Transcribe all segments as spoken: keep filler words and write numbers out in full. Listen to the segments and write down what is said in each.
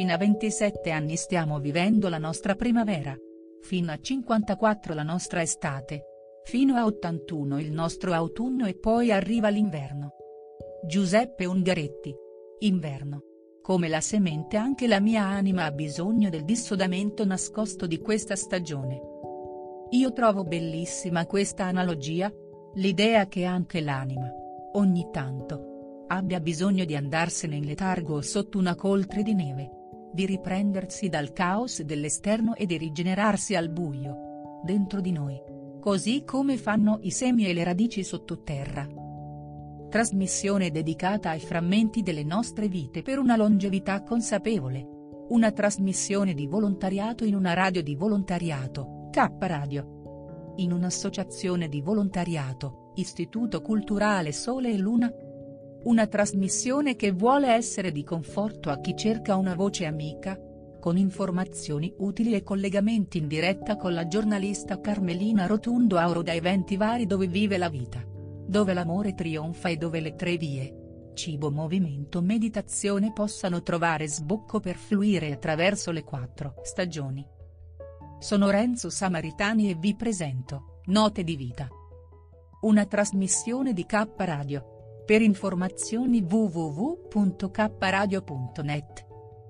Fino a ventisette anni stiamo vivendo la nostra primavera. Fino a cinquantaquattro la nostra estate. Fino a ottantuno il nostro autunno e poi arriva l'inverno. Giuseppe Ungaretti. Inverno. Come la semente anche la mia anima ha bisogno del dissodamento nascosto di questa stagione. Io trovo bellissima questa analogia, l'idea che anche l'anima, ogni tanto, abbia bisogno di andarsene in letargo o sotto una coltre di neve, di riprendersi dal caos dell'esterno e di rigenerarsi al buio, dentro di noi, così come fanno i semi e le radici sottoterra. Trasmissione dedicata ai frammenti delle nostre vite per una longevità consapevole. Una trasmissione di volontariato in una radio di volontariato, K Radio. In un'associazione di volontariato, Istituto Culturale Sole e Luna. Una trasmissione che vuole essere di conforto a chi cerca una voce amica, con informazioni utili e collegamenti in diretta con la giornalista Carmelina Rotundo Auro da eventi vari dove vive la vita, dove l'amore trionfa e dove le tre vie, cibo, movimento, meditazione possano trovare sbocco per fluire attraverso le quattro stagioni. Sono Renzo Samaritani e vi presento Note di Vita. Una trasmissione di K Radio. Per informazioni w w w punto k radio punto net.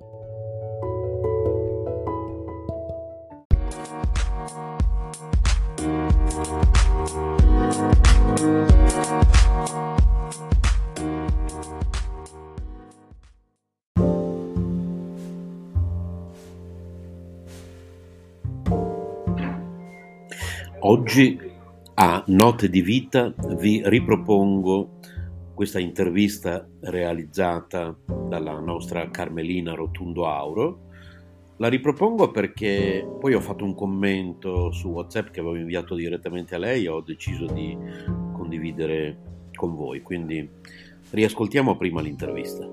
Oggi a Note di Vita vi ripropongo questa intervista realizzata dalla nostra Carmelina Rotundo Auro. La ripropongo perché poi ho fatto un commento su WhatsApp che avevo inviato direttamente a lei e ho deciso di condividere con voi, quindi riascoltiamo prima l'intervista.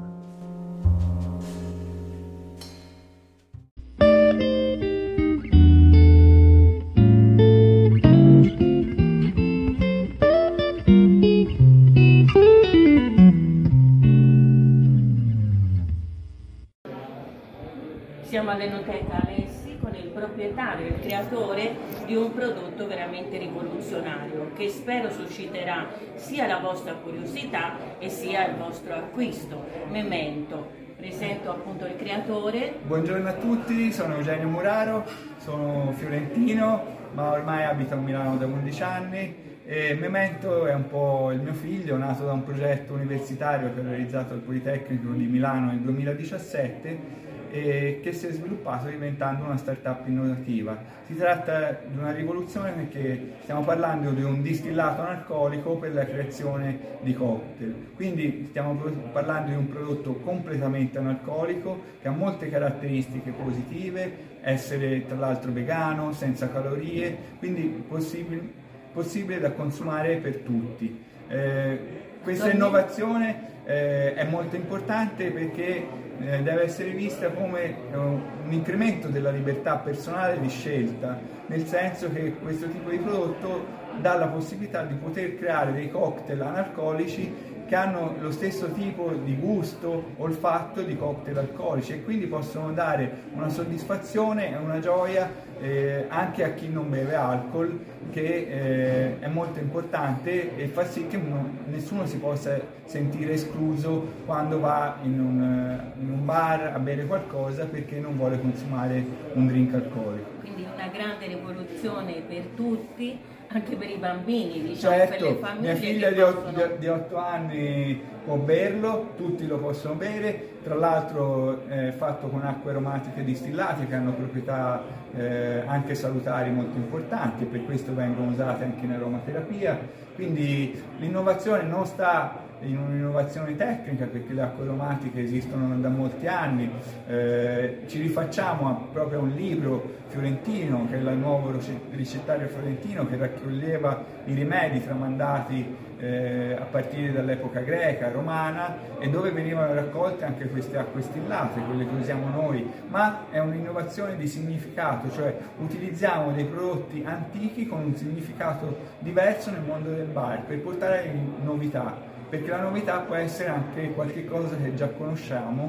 Siamo all'Enoteca Alessi con il proprietario e il creatore di un prodotto veramente rivoluzionario che spero susciterà sia la vostra curiosità e sia il vostro acquisto. Memento. Presento appunto il creatore. Buongiorno a tutti, sono Eugenio Muraro, sono fiorentino ma ormai abito a Milano da undici anni. E Memento è un po' il mio figlio, nato da un progetto universitario che ho realizzato al Politecnico di Milano nel duemiladiciassette e che si è sviluppato diventando una startup innovativa. Si tratta di una rivoluzione perché stiamo parlando di un distillato analcolico per la creazione di cocktail, quindi stiamo parlando di un prodotto completamente analcolico che ha molte caratteristiche positive, essere tra l'altro vegano, senza calorie, quindi possibile, possibile da consumare per tutti. Eh, questa innovazione eh, è molto importante perché eh, deve essere vista come eh, un incremento della libertà personale di scelta, nel senso che questo tipo di prodotto dà la possibilità di poter creare dei cocktail analcolici che hanno lo stesso tipo di gusto, olfatto di cocktail alcolici e quindi possono dare una soddisfazione e una gioia eh, anche a chi non beve alcol, che eh, è molto importante e fa sì che uno, nessuno si possa sentire escluso quando va in un, in un bar a bere qualcosa perché non vuole consumare un drink alcolico. Quindi una grande rivoluzione per tutti, anche per i bambini, diciamo, certo, per le famiglie. Mia figlia di, possono... di otto anni può berlo, tutti lo possono bere, tra l'altro è fatto con acque aromatiche distillate che hanno proprietà eh, anche salutari molto importanti, per questo vengono usate anche in aromaterapia, quindi l'innovazione non sta in un'innovazione tecnica perché le acque aromatiche esistono da molti anni, eh, ci rifacciamo a, proprio a un libro fiorentino che è il nuovo ricettario fiorentino che raccoglieva i rimedi tramandati eh, a partire dall'epoca greca, romana e dove venivano raccolte anche queste acque stillate, quelle che usiamo noi, ma è un'innovazione di significato, cioè utilizziamo dei prodotti antichi con un significato diverso nel mondo del bar per portare in novità, perché la novità può essere anche qualche cosa che già conosciamo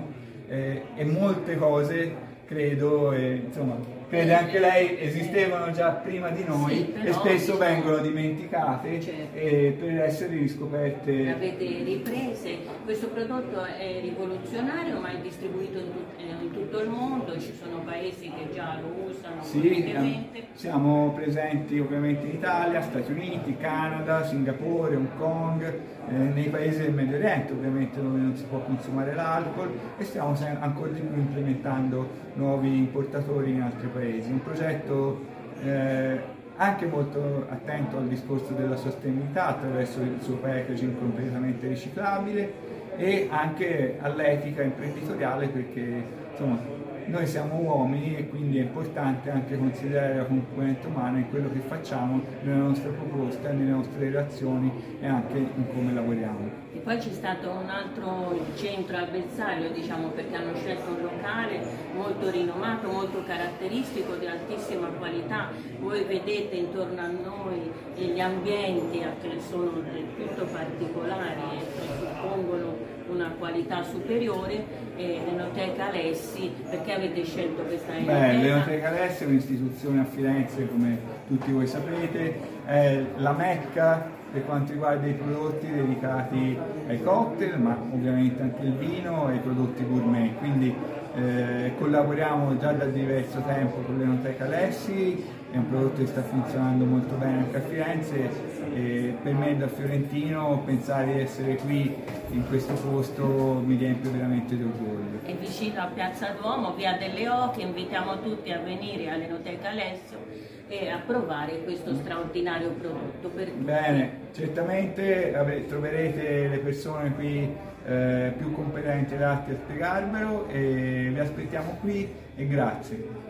eh, e molte cose credo, e, insomma, crede anche lei, esistevano già prima di noi, sì, però, e spesso diciamo, vengono dimenticate, certo, eh, per essere riscoperte. Avete riprese, questo prodotto è rivoluzionario ma è distribuito in, tut- in tutto il mondo, ci sono paesi che già lo usano. Sì, eh, siamo presenti ovviamente in Italia, Stati Uniti, Canada, Singapore, Hong Kong, eh, nei paesi del Medio Oriente ovviamente dove non si può consumare l'alcol, e stiamo se- ancora di più implementando nuovi importatori in altri paesi. Un progetto eh, anche molto attento al discorso della sostenibilità attraverso il suo packaging completamente riciclabile, e anche all'etica imprenditoriale, perché insomma noi siamo uomini e quindi è importante anche considerare la componente umana in quello che facciamo, nella nostra proposta, nelle nostre relazioni e anche in come lavoriamo. E poi c'è stato un altro centro a Bezzaglio, diciamo, perché hanno scelto un locale molto rinomato, molto caratteristico, di altissima qualità. Voi vedete intorno a noi gli ambienti che sono del tutto particolari e presuppongono una qualità superiore. E l'Enoteca Alessi, perché avete scelto questa enoteca? Beh, l'Enoteca Alessi è un'istituzione a Firenze, come tutti voi sapete, è la mecca per quanto riguarda i prodotti dedicati ai cocktail, ma ovviamente anche il vino e i prodotti gourmet, quindi eh, collaboriamo già da diverso tempo con l'Enoteca Alessi, è un prodotto che sta funzionando molto bene anche a Firenze, e per me da fiorentino pensare di essere qui in questo posto mi riempie veramente di orgoglio. È vicino a Piazza Duomo, via delle Oche, invitiamo tutti a venire all'Enoteca Alessio e a provare questo straordinario prodotto per tutti. Bene, certamente ave- troverete le persone qui eh, più competenti e adatte a spiegarvelo, e vi aspettiamo qui e grazie.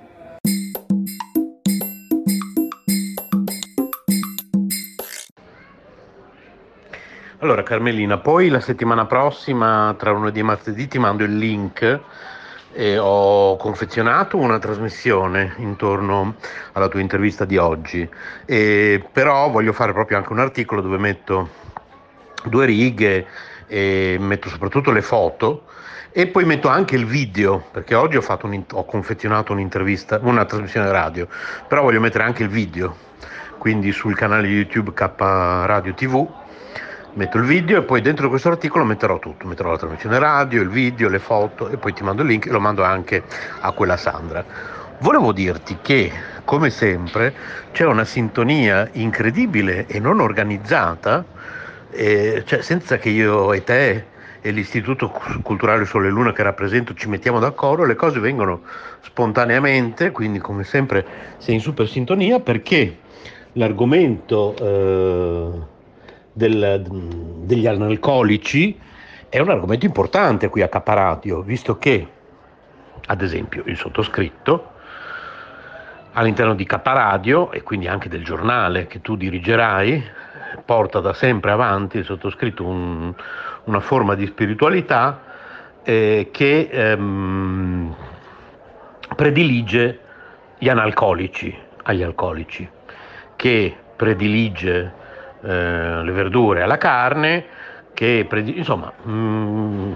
Allora Carmelina, poi la settimana prossima, tra lunedì e martedì, ti mando il link. E ho confezionato una trasmissione intorno alla tua intervista di oggi, e però voglio fare proprio anche un articolo dove metto due righe e metto soprattutto le foto, e poi metto anche il video, perché oggi ho, fatto un, ho confezionato un'intervista, una trasmissione radio, però voglio mettere anche il video, quindi sul canale YouTube K Radio tivù metto il video, e poi dentro questo articolo metterò tutto, metterò la trasmissione radio, il video, le foto, e poi ti mando il link e lo mando anche a quella Sandra. Volevo dirti che, come sempre, c'è una sintonia incredibile e non organizzata, eh, cioè senza che io e te e l'Istituto Culturale Sole e Luna che rappresento ci mettiamo d'accordo, le cose vengono spontaneamente, quindi come sempre sei in super sintonia, perché l'argomento eh, Del, degli analcolici è un argomento importante qui a K Radio, visto che ad esempio il sottoscritto all'interno di K Radio, e quindi anche del giornale che tu dirigerai, porta da sempre avanti il sottoscritto un, una forma di spiritualità eh, che ehm, predilige gli analcolici agli alcolici, che predilige Eh, le verdure alla carne, che predi- insomma mh,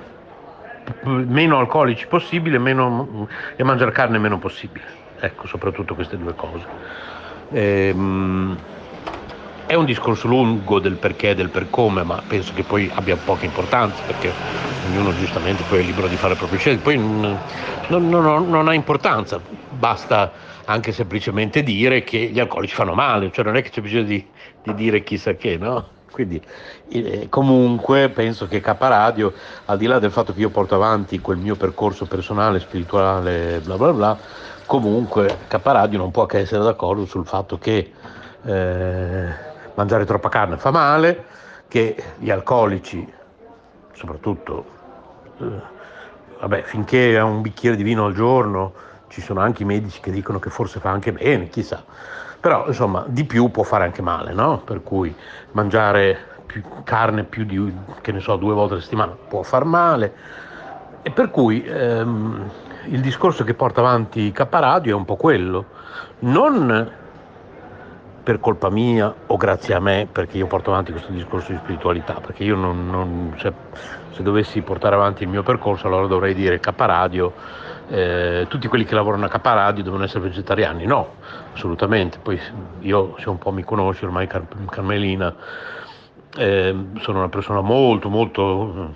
meno alcolici possibile, meno, e mangiare carne meno possibile, ecco, soprattutto queste due cose. E, mh, è un discorso lungo del perché e del per come, ma penso che poi abbia poca importanza, perché ognuno giustamente poi è libero di fare le proprie scelte, poi non, non, non, non ha importanza, basta anche semplicemente dire che gli alcolici fanno male, cioè non è che c'è bisogno di, di dire chissà che, no? Quindi eh, comunque penso che K Radio, al di là del fatto che io porto avanti quel mio percorso personale, spirituale, bla bla bla, comunque K Radio non può che essere d'accordo sul fatto che eh, mangiare troppa carne fa male, che gli alcolici, soprattutto, eh, vabbè, finché è un bicchiere di vino al giorno, ci sono anche i medici che dicono che forse fa anche bene, chissà, però insomma di più può fare anche male, no? Per cui mangiare più carne più di, che ne so, due volte a settimana può far male, e per cui ehm, il discorso che porta avanti K Radio è un po' quello, non per colpa mia o grazie a me, perché io porto avanti questo discorso di spiritualità, perché io non, non se, se dovessi portare avanti il mio percorso allora dovrei dire K Radio, eh, tutti quelli che lavorano a K Radio devono essere vegetariani. No, assolutamente. Poi io, se un po' mi conosci ormai, Car- Carmelina, eh, sono una persona molto molto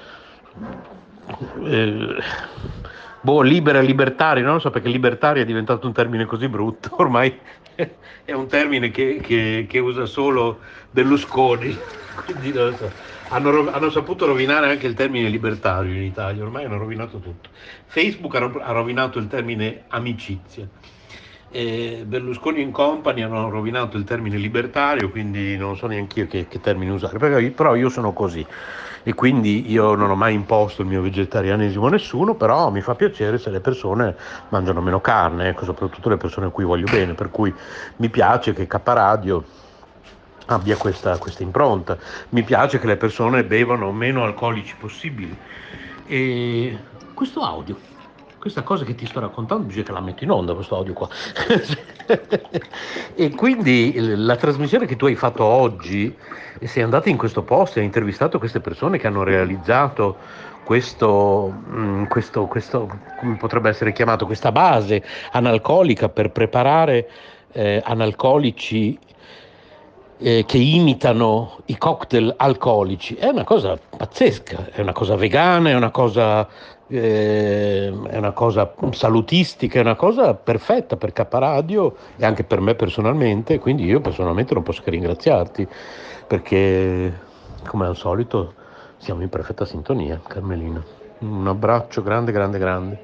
eh, boh, libera e libertaria, non lo so perché libertaria è diventato un termine così brutto, ormai è un termine che, che, che usa solo Berlusconi, quindi non lo so. Hanno, hanno saputo rovinare anche il termine libertario in Italia, ormai hanno rovinato tutto. Facebook ha, ha rovinato il termine amicizia, e Berlusconi in company hanno rovinato il termine libertario, quindi non so neanche io che, che termine usare, perché, però io sono così e quindi io non ho mai imposto il mio vegetarianesimo a nessuno, però mi fa piacere se le persone mangiano meno carne, ecco, soprattutto le persone a cui voglio bene, per cui mi piace che K Radio abbia questa, questa impronta, mi piace che le persone bevano meno alcolici possibili. E questo audio, questa cosa che ti sto raccontando, bisogna che la metto in onda questo audio qua. E quindi la trasmissione che tu hai fatto oggi, sei andata in questo posto e hai intervistato queste persone che hanno realizzato questo, questo, questo come potrebbe essere chiamato, questa base analcolica per preparare eh, analcolici eh, che imitano i cocktail alcolici. È una cosa pazzesca, è una cosa vegana, è una cosa, eh, è una cosa salutistica, è una cosa perfetta per K Radio e anche per me personalmente, quindi io personalmente non posso che ringraziarti, perché come al solito siamo in perfetta sintonia, Carmelina. Un abbraccio grande, grande, grande.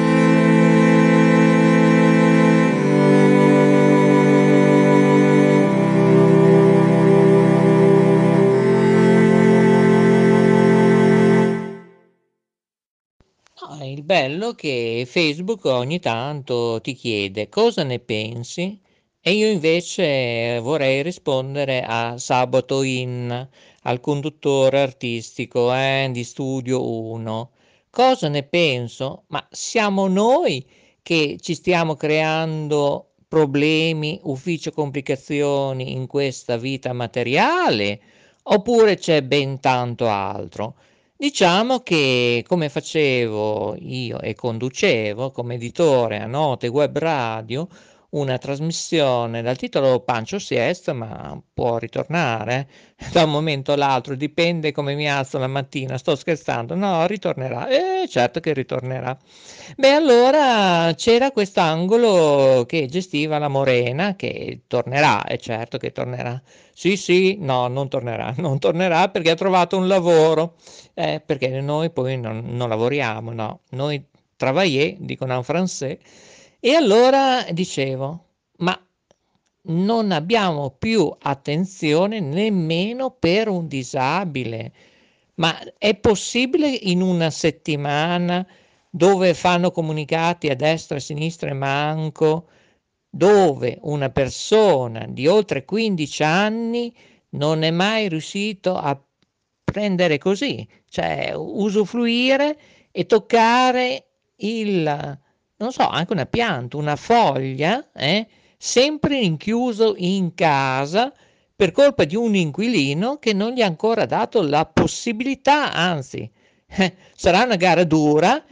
Il bello che Facebook ogni tanto ti chiede cosa ne pensi e io invece vorrei rispondere a Sabato In, al conduttore artistico eh, di Studio uno. Cosa ne penso? Ma siamo noi che ci stiamo creando problemi, ufficio complicazioni in questa vita materiale oppure c'è ben tanto altro? Diciamo che come facevo io e conducevo come editore a Note Web Radio una trasmissione dal titolo Pancio Siesta, ma può ritornare da un momento all'altro, dipende come mi alzo la mattina, sto scherzando, no, ritornerà, eh certo che ritornerà. Beh, allora c'era quest'angolo che gestiva la Morena, che tornerà, è certo che tornerà. Sì, sì, no, non tornerà, non tornerà perché ha trovato un lavoro. Eh, perché noi poi non, non lavoriamo, no, noi travailler, dicono en français, e allora dicevo, ma non abbiamo più attenzione nemmeno per un disabile, ma è possibile in una settimana dove fanno comunicati a destra e a sinistra e manco, dove una persona di oltre quindici anni non è mai riuscito a prendere così, cioè usufruire e toccare il, non so, anche una pianta, una foglia, eh, sempre rinchiuso in casa per colpa di un inquilino che non gli ha ancora dato la possibilità, anzi, eh, sarà una gara dura.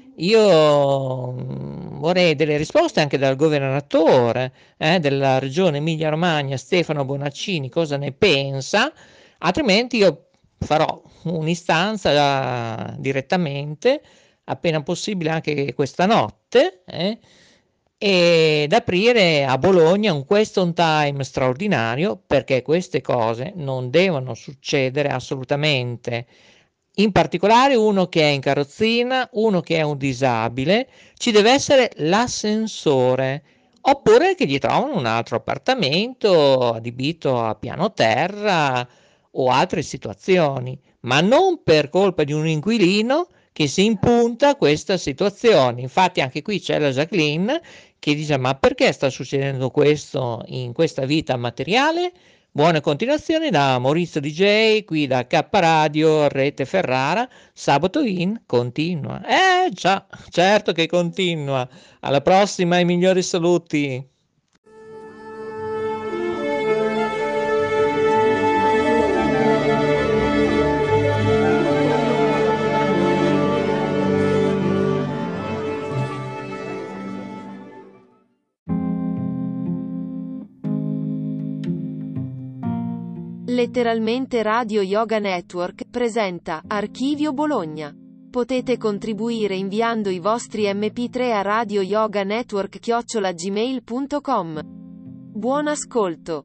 Io mm, vorrei delle risposte anche dal governatore eh, della regione Emilia-Romagna, Stefano Bonaccini, cosa ne pensa, altrimenti io farò un'istanza direttamente, appena possibile anche questa notte, eh, ed aprire a Bologna un question time straordinario, perché queste cose non devono succedere assolutamente. In particolare uno che è in carrozzina, uno che è un disabile, ci deve essere l'ascensore, oppure che gli trovano un altro appartamento adibito a piano terra o altre situazioni, ma non per colpa di un inquilino che si impunta a questa situazione. Infatti anche qui c'è la Jacqueline che dice: ma perché sta succedendo questo in questa vita materiale? Buona continuazione da Maurizio D J, qui da K Radio Rete Ferrara. Sabato In continua. Eh già, certo che continua. Alla prossima e migliori saluti. Letteralmente Radio Yoga Network presenta Archivio Bologna. Potete contribuire inviando i vostri emme pi tre a radioyoganetwork chiocciola gmail punto com. Buon ascolto.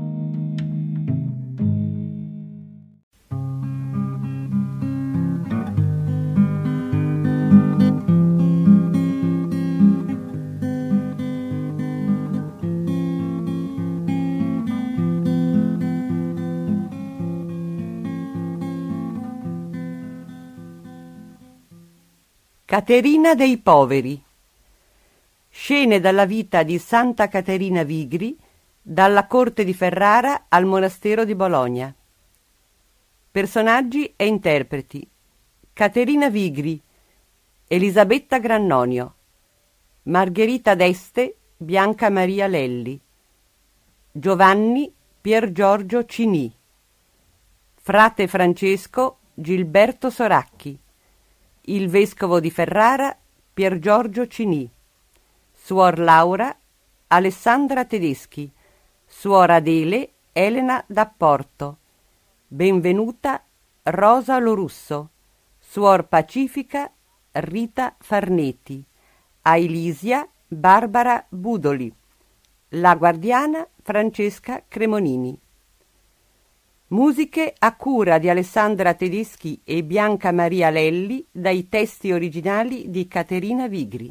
Caterina dei poveri. Scene dalla vita di Santa Caterina Vigri, dalla corte di Ferrara al monastero di Bologna. Personaggi e interpreti: Caterina Vigri, Elisabetta Grannonio, Margherita d'Este, Bianca Maria Lelli, Giovanni Pier Giorgio Cinì, frate Francesco Gilberto Soracchi, il vescovo di Ferrara Pier Giorgio Cinì, suor Laura Alessandra Tedeschi, suor Adele Elena D'Apporto, benvenuta Rosa Lorusso, suor Pacifica Rita Farneti, Ailisia Barbara Budoli, la guardiana Francesca Cremonini. Musiche a cura di Alessandra Tedeschi e Bianca Maria Lelli dai testi originali di Caterina Vigri.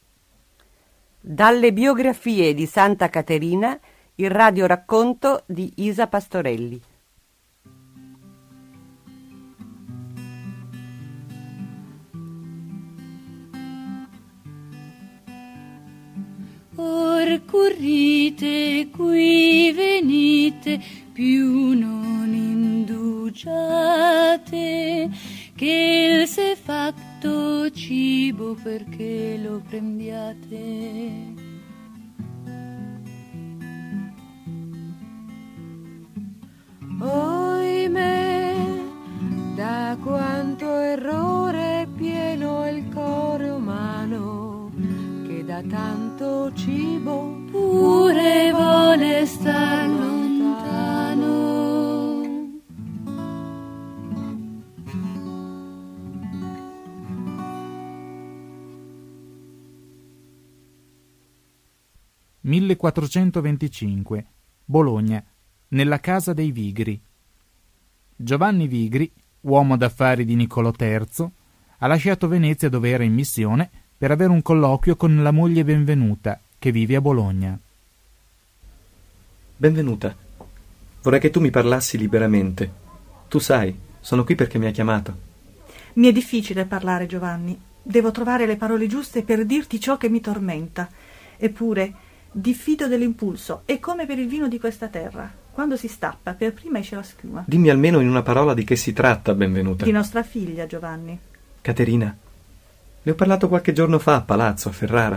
Dalle biografie di Santa Caterina, il radioracconto di Isa Pastorelli. Or currite qui venite, più non indugiate, che il s'è fatto cibo perché lo prendiate. Oimè, da quanto errore è pieno il cuore umano, che da tanto cibo pure vuole star lontano. millequattrocentoventicinque, Bologna, nella casa dei Vigri. Giovanni Vigri, uomo d'affari di Niccolò terzo, ha lasciato Venezia dove era in missione per avere un colloquio con la moglie Benvenuta, che vive a Bologna. Benvenuta, vorrei che tu mi parlassi liberamente. Tu sai, sono qui perché mi hai chiamato. Mi è difficile parlare, Giovanni. Devo trovare le parole giuste per dirti ciò che mi tormenta. Eppure diffido dell'impulso, è come per il vino di questa terra. Quando si stappa, per prima esce la schiuma. Dimmi almeno in una parola di che si tratta, Benvenuta. Di nostra figlia, Giovanni. Caterina, le ho parlato qualche giorno fa a palazzo, a Ferrara.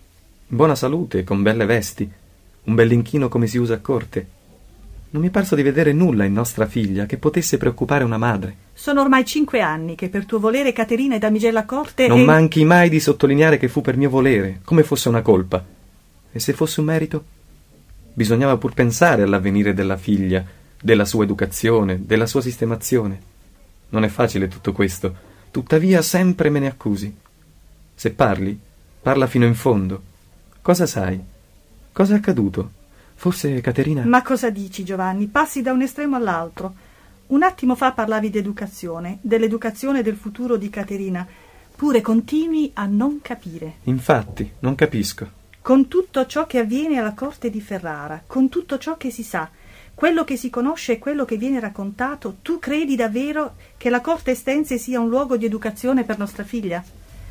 In buona salute, con belle vesti, un bell'inchino come si usa a corte. Non mi è parso di vedere nulla in nostra figlia che potesse preoccupare una madre. Sono ormai cinque anni che per tuo volere Caterina è damigella a corte. Non e... manchi mai di sottolineare che fu per mio volere, come fosse una colpa. E se fosse un merito? Bisognava pur pensare all'avvenire della figlia, della sua educazione, della sua sistemazione. Non è facile tutto questo, tuttavia sempre me ne accusi. Se parli, parla fino in fondo. Cosa sai? Cosa è accaduto? Forse Caterina... Ma cosa dici, Giovanni? Passi da un estremo all'altro. Un attimo fa parlavi di educazione, dell'educazione del futuro di Caterina. Pure continui a non capire. Infatti, non capisco. Con tutto ciò che avviene alla corte di Ferrara, con tutto ciò che si sa, quello che si conosce e quello che viene raccontato, tu credi davvero che la corte estense sia un luogo di educazione per nostra figlia?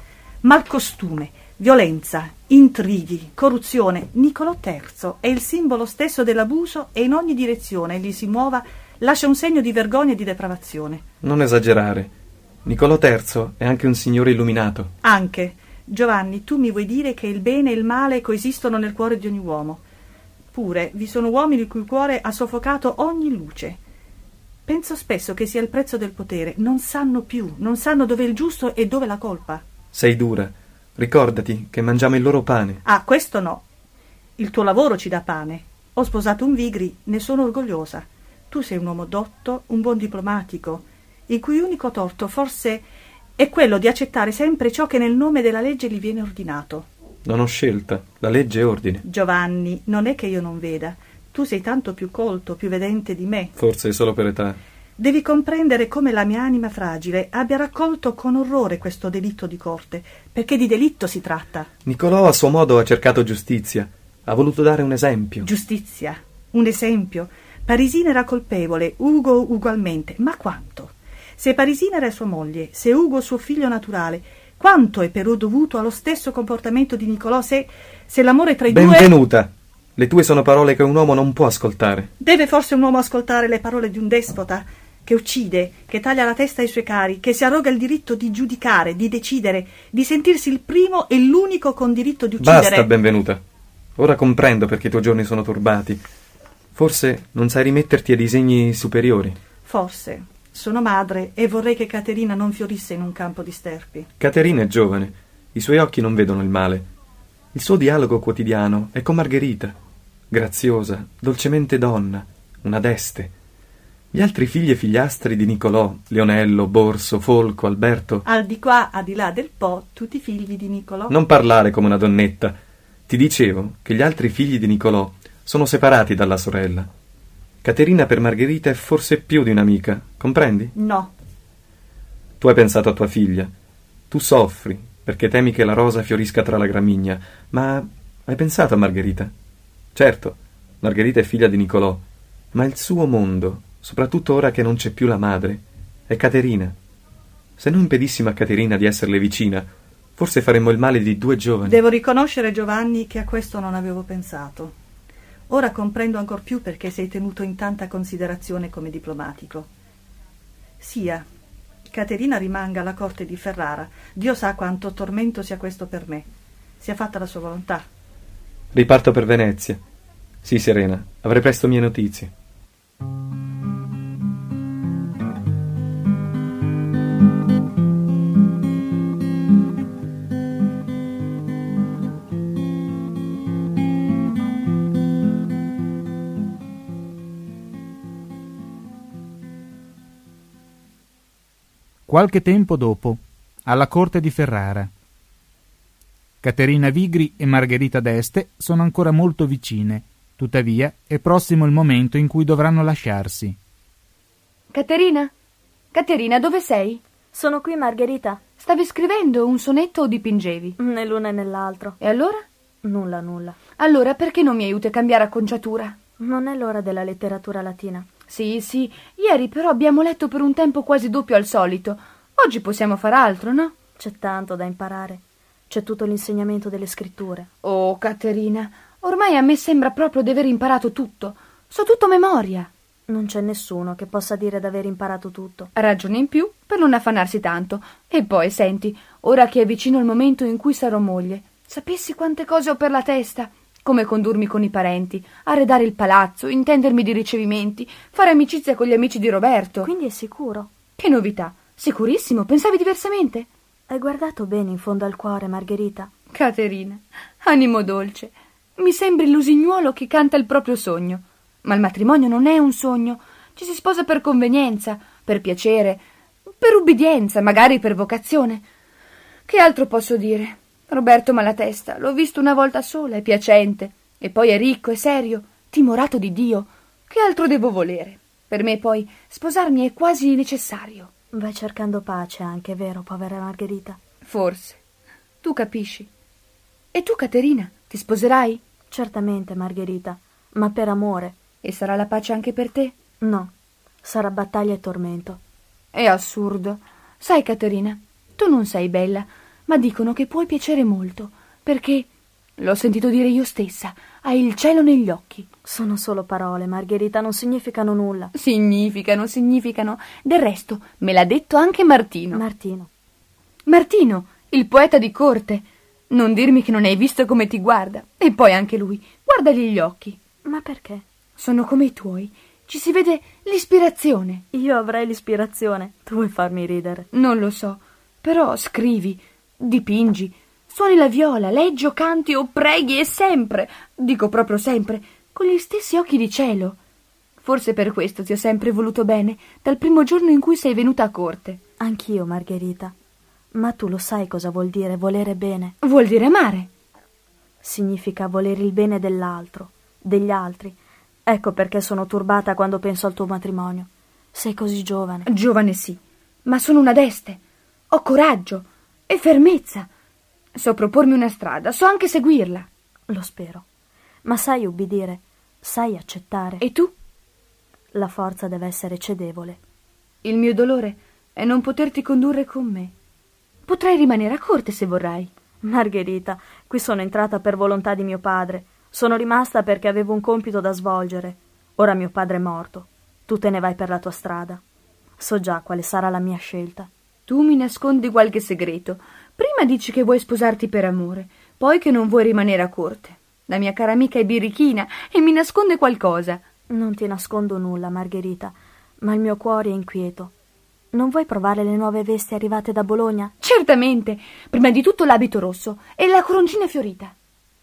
Malcostume, violenza, intrighi, corruzione. Niccolò terzo è il simbolo stesso dell'abuso e in ogni direzione egli si muova lascia un segno di vergogna e di depravazione. Non esagerare. Niccolò terzo è anche un signore illuminato. Anche. Giovanni, tu mi vuoi dire che il bene e il male coesistono nel cuore di ogni uomo. Pure vi sono uomini il cui cuore ha soffocato ogni luce. Penso spesso che sia il prezzo del potere. Non sanno più, non sanno dove è il giusto e dove la colpa. Sei dura. Ricordati che mangiamo il loro pane. Ah, questo no. Il tuo lavoro ci dà pane. Ho sposato un Vigri, ne sono orgogliosa. Tu sei un uomo dotto, un buon diplomatico, il cui unico torto forse è quello di accettare sempre ciò che nel nome della legge gli viene ordinato. Non ho scelta, la legge è ordine. Giovanni, non è che io non veda. Tu sei tanto più colto, più vedente di me. Forse solo per età. Devi comprendere come la mia anima fragile abbia raccolto con orrore questo delitto di corte, perché di delitto si tratta. Nicolò a suo modo ha cercato giustizia, ha voluto dare un esempio. Giustizia, un esempio. Parisina era colpevole, Ugo ugualmente, ma quanto? Se Parisina era sua moglie, se Ugo suo figlio naturale, quanto è però dovuto allo stesso comportamento di Nicolò se, se l'amore tra i due... Benvenuta! Le tue sono parole che un uomo non può ascoltare. Deve forse un uomo ascoltare le parole di un despota che uccide, che taglia la testa ai suoi cari, che si arroga il diritto di giudicare, di decidere, di sentirsi il primo e l'unico con diritto di uccidere? Basta, Benvenuta. Ora comprendo perché i tuoi giorni sono turbati. Forse non sai rimetterti a disegni superiori. Forse. Sono madre e vorrei che Caterina non fiorisse in un campo di sterpi. Caterina è giovane. I suoi occhi non vedono il male. Il suo dialogo quotidiano è con Margherita. Graziosa, dolcemente donna, una deste. Gli altri figli e figliastri di Nicolò, Leonello, Borso, Folco, Alberto... Al di qua, al di là del Po, tutti figli di Nicolò. Non parlare come una donnetta. Ti dicevo che gli altri figli di Nicolò sono separati dalla sorella. Caterina per Margherita è forse più di un'amica, comprendi? No. Tu hai pensato a tua figlia. Tu soffri perché temi che la rosa fiorisca tra la gramigna, ma hai pensato a Margherita? Certo, Margherita è figlia di Nicolò, ma il suo mondo, soprattutto ora che non c'è più la madre, è Caterina. Se noi impedissimo a Caterina di esserle vicina, forse faremmo il male di due giovani. Devo riconoscere, Giovanni, che a questo non avevo pensato. Ora comprendo ancor più perché sei tenuto in tanta considerazione come diplomatico. Sia, Caterina rimanga alla corte di Ferrara. Dio sa quanto tormento sia questo per me. Sia fatta la sua volontà. Riparto per Venezia. Sì, Serena, avrei presto mie notizie. Qualche tempo dopo, alla corte di Ferrara. Caterina Vigri e Margherita d'Este sono ancora molto vicine, tuttavia è prossimo il momento in cui dovranno lasciarsi. Caterina? Caterina, dove sei? Sono qui, Margherita. Stavi scrivendo un sonetto o dipingevi? Né l'una né l'altro. E allora? Nulla, nulla. Allora perché non mi aiuti a cambiare acconciatura? Non è l'ora della letteratura latina. Sì, sì, ieri però abbiamo letto per un tempo quasi doppio al solito. Oggi possiamo far altro, no? C'è tanto da imparare. C'è tutto l'insegnamento delle scritture. Oh, Caterina, ormai a me sembra proprio di aver imparato tutto. So tutto a memoria. Non c'è nessuno che possa dire d'aver imparato tutto. Ragione in più per non affannarsi tanto. E poi, senti, ora che è vicino il momento in cui sarò moglie, sapessi quante cose ho per la testa. Come condurmi con i parenti, arredare il palazzo, intendermi di ricevimenti, fare amicizia con gli amici di Roberto. Quindi è sicuro? Che novità! Sicurissimo, pensavi diversamente? Hai guardato bene in fondo al cuore, Margherita? Caterina, animo dolce, mi sembri l'usignuolo che canta il proprio sogno. Ma il matrimonio non è un sogno, ci si sposa per convenienza, per piacere, per ubbidienza, magari per vocazione. Che altro posso dire? Roberto Malatesta, l'ho visto una volta sola, è piacente, e poi è ricco, è serio, timorato di Dio. Che altro devo volere? Per me poi sposarmi è quasi necessario. Vai cercando pace anche, vero, povera Margherita? Forse. Tu capisci. E tu, Caterina, ti sposerai? Certamente, Margherita, ma per amore. E sarà la pace anche per te? No, sarà battaglia e tormento. È assurdo. Sai, Caterina, tu non sei bella, ma dicono che puoi piacere molto, perché, l'ho sentito dire io stessa, hai il cielo negli occhi. Sono solo parole, Margherita, non significano nulla. Significano, significano. Del resto, me l'ha detto anche Martino. Martino. Martino, il poeta di corte. Non dirmi che non hai visto come ti guarda. E poi anche lui, guardagli gli occhi. Ma perché? Sono come i tuoi. Ci si vede l'ispirazione. Io avrei l'ispirazione. Tu vuoi farmi ridere? Non lo so, però scrivi, dipingi, suoni la viola, leggi o canti o preghi e sempre, dico proprio sempre, con gli stessi occhi di cielo. Forse per questo ti ho sempre voluto bene, dal primo giorno in cui sei venuta a corte. Anch'io, Margherita. Ma tu lo sai cosa vuol dire volere bene? Vuol dire amare. Significa volere il bene dell'altro, degli altri. Ecco perché sono turbata quando penso al tuo matrimonio. Sei così giovane. Giovane sì, ma sono una deste. Ho coraggio e fermezza. So propormi una strada, so anche seguirla. Lo spero. Ma sai ubbidire, sai accettare. E tu? La forza deve essere cedevole. Il mio dolore è non poterti condurre con me. Potrai rimanere a corte se vorrai. Margherita, qui sono entrata per volontà di mio padre. Sono rimasta perché avevo un compito da svolgere. Ora mio padre è morto. Tu te ne vai per la tua strada. So già quale sarà la mia scelta. Tu mi nascondi qualche segreto. Prima dici che vuoi sposarti per amore, poi che non vuoi rimanere a corte. La mia cara amica è birichina e mi nasconde qualcosa. Non ti nascondo nulla, Margherita, ma il mio cuore è inquieto. Non vuoi provare le nuove vesti arrivate da Bologna? Certamente. Prima di tutto l'abito rosso e la coroncina fiorita.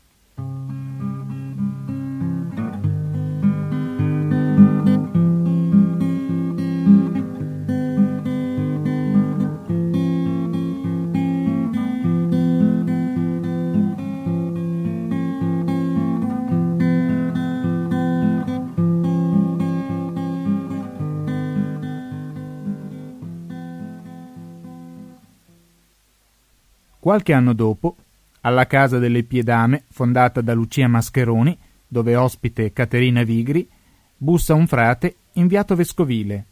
Qualche anno dopo, alla casa delle Piedame, fondata da Lucia Mascheroni, dove ospite Caterina Vigri, bussa un frate inviato vescovile.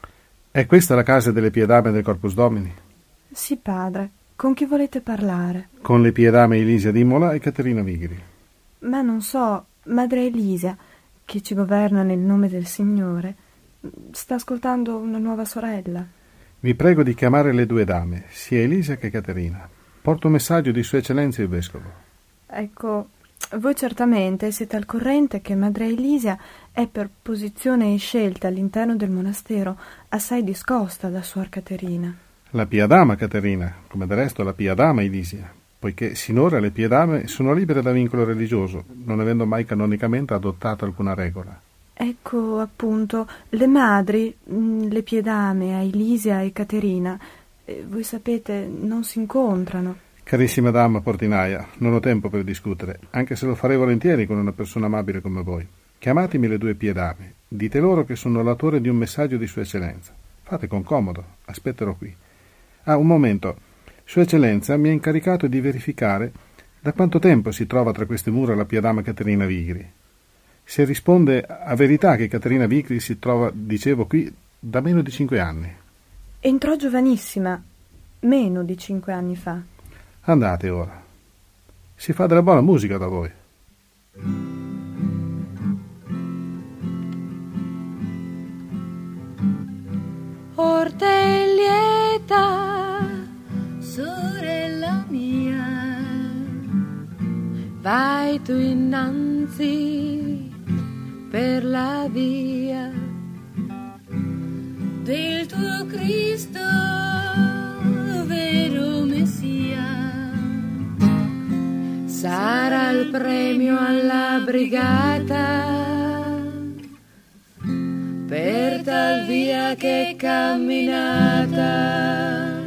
È questa la casa delle Piedame del Corpus Domini? Sì, padre. Con chi volete parlare? Con le Piedame Elisia d'Imola e Caterina Vigri. Ma non so, madre Elisia, che ci governa nel nome del Signore, sta ascoltando una nuova sorella. Vi prego di chiamare le due dame, sia Elisia che Caterina. Porto un messaggio di Sua Eccellenza il Vescovo. Ecco, voi certamente siete al corrente che madre Elisia è per posizione e scelta all'interno del monastero assai discosta da suor Caterina. La pia dama Caterina, come del resto la pia dama Elisia, poiché sinora le pie dame sono libere da vincolo religioso, non avendo mai canonicamente adottato alcuna regola. Ecco, appunto, le madri, le pie dame, Elisia e Caterina, voi sapete, non si incontrano. Carissima dama portinaia, non ho tempo per discutere, anche se lo farei volentieri con una persona amabile come voi. Chiamatemi le due pie dame, dite loro che sono l'autore di un messaggio di Sua Eccellenza. Fate con comodo, aspetterò qui. Ah, un momento. Sua Eccellenza mi ha incaricato di verificare da quanto tempo si trova tra queste mura la pia dama Caterina Vigri. Se risponde a verità che Caterina Vigri si trova, dicevo, qui da meno di cinque anni. Entrò giovanissima, meno di cinque anni fa. Andate ora. Si fa della buona musica da voi. Ortelieta, sorella mia, vai tu innanzi per la via del tuo Cristo, vero Messia. Sarà il premio alla brigata per tal via che è camminata.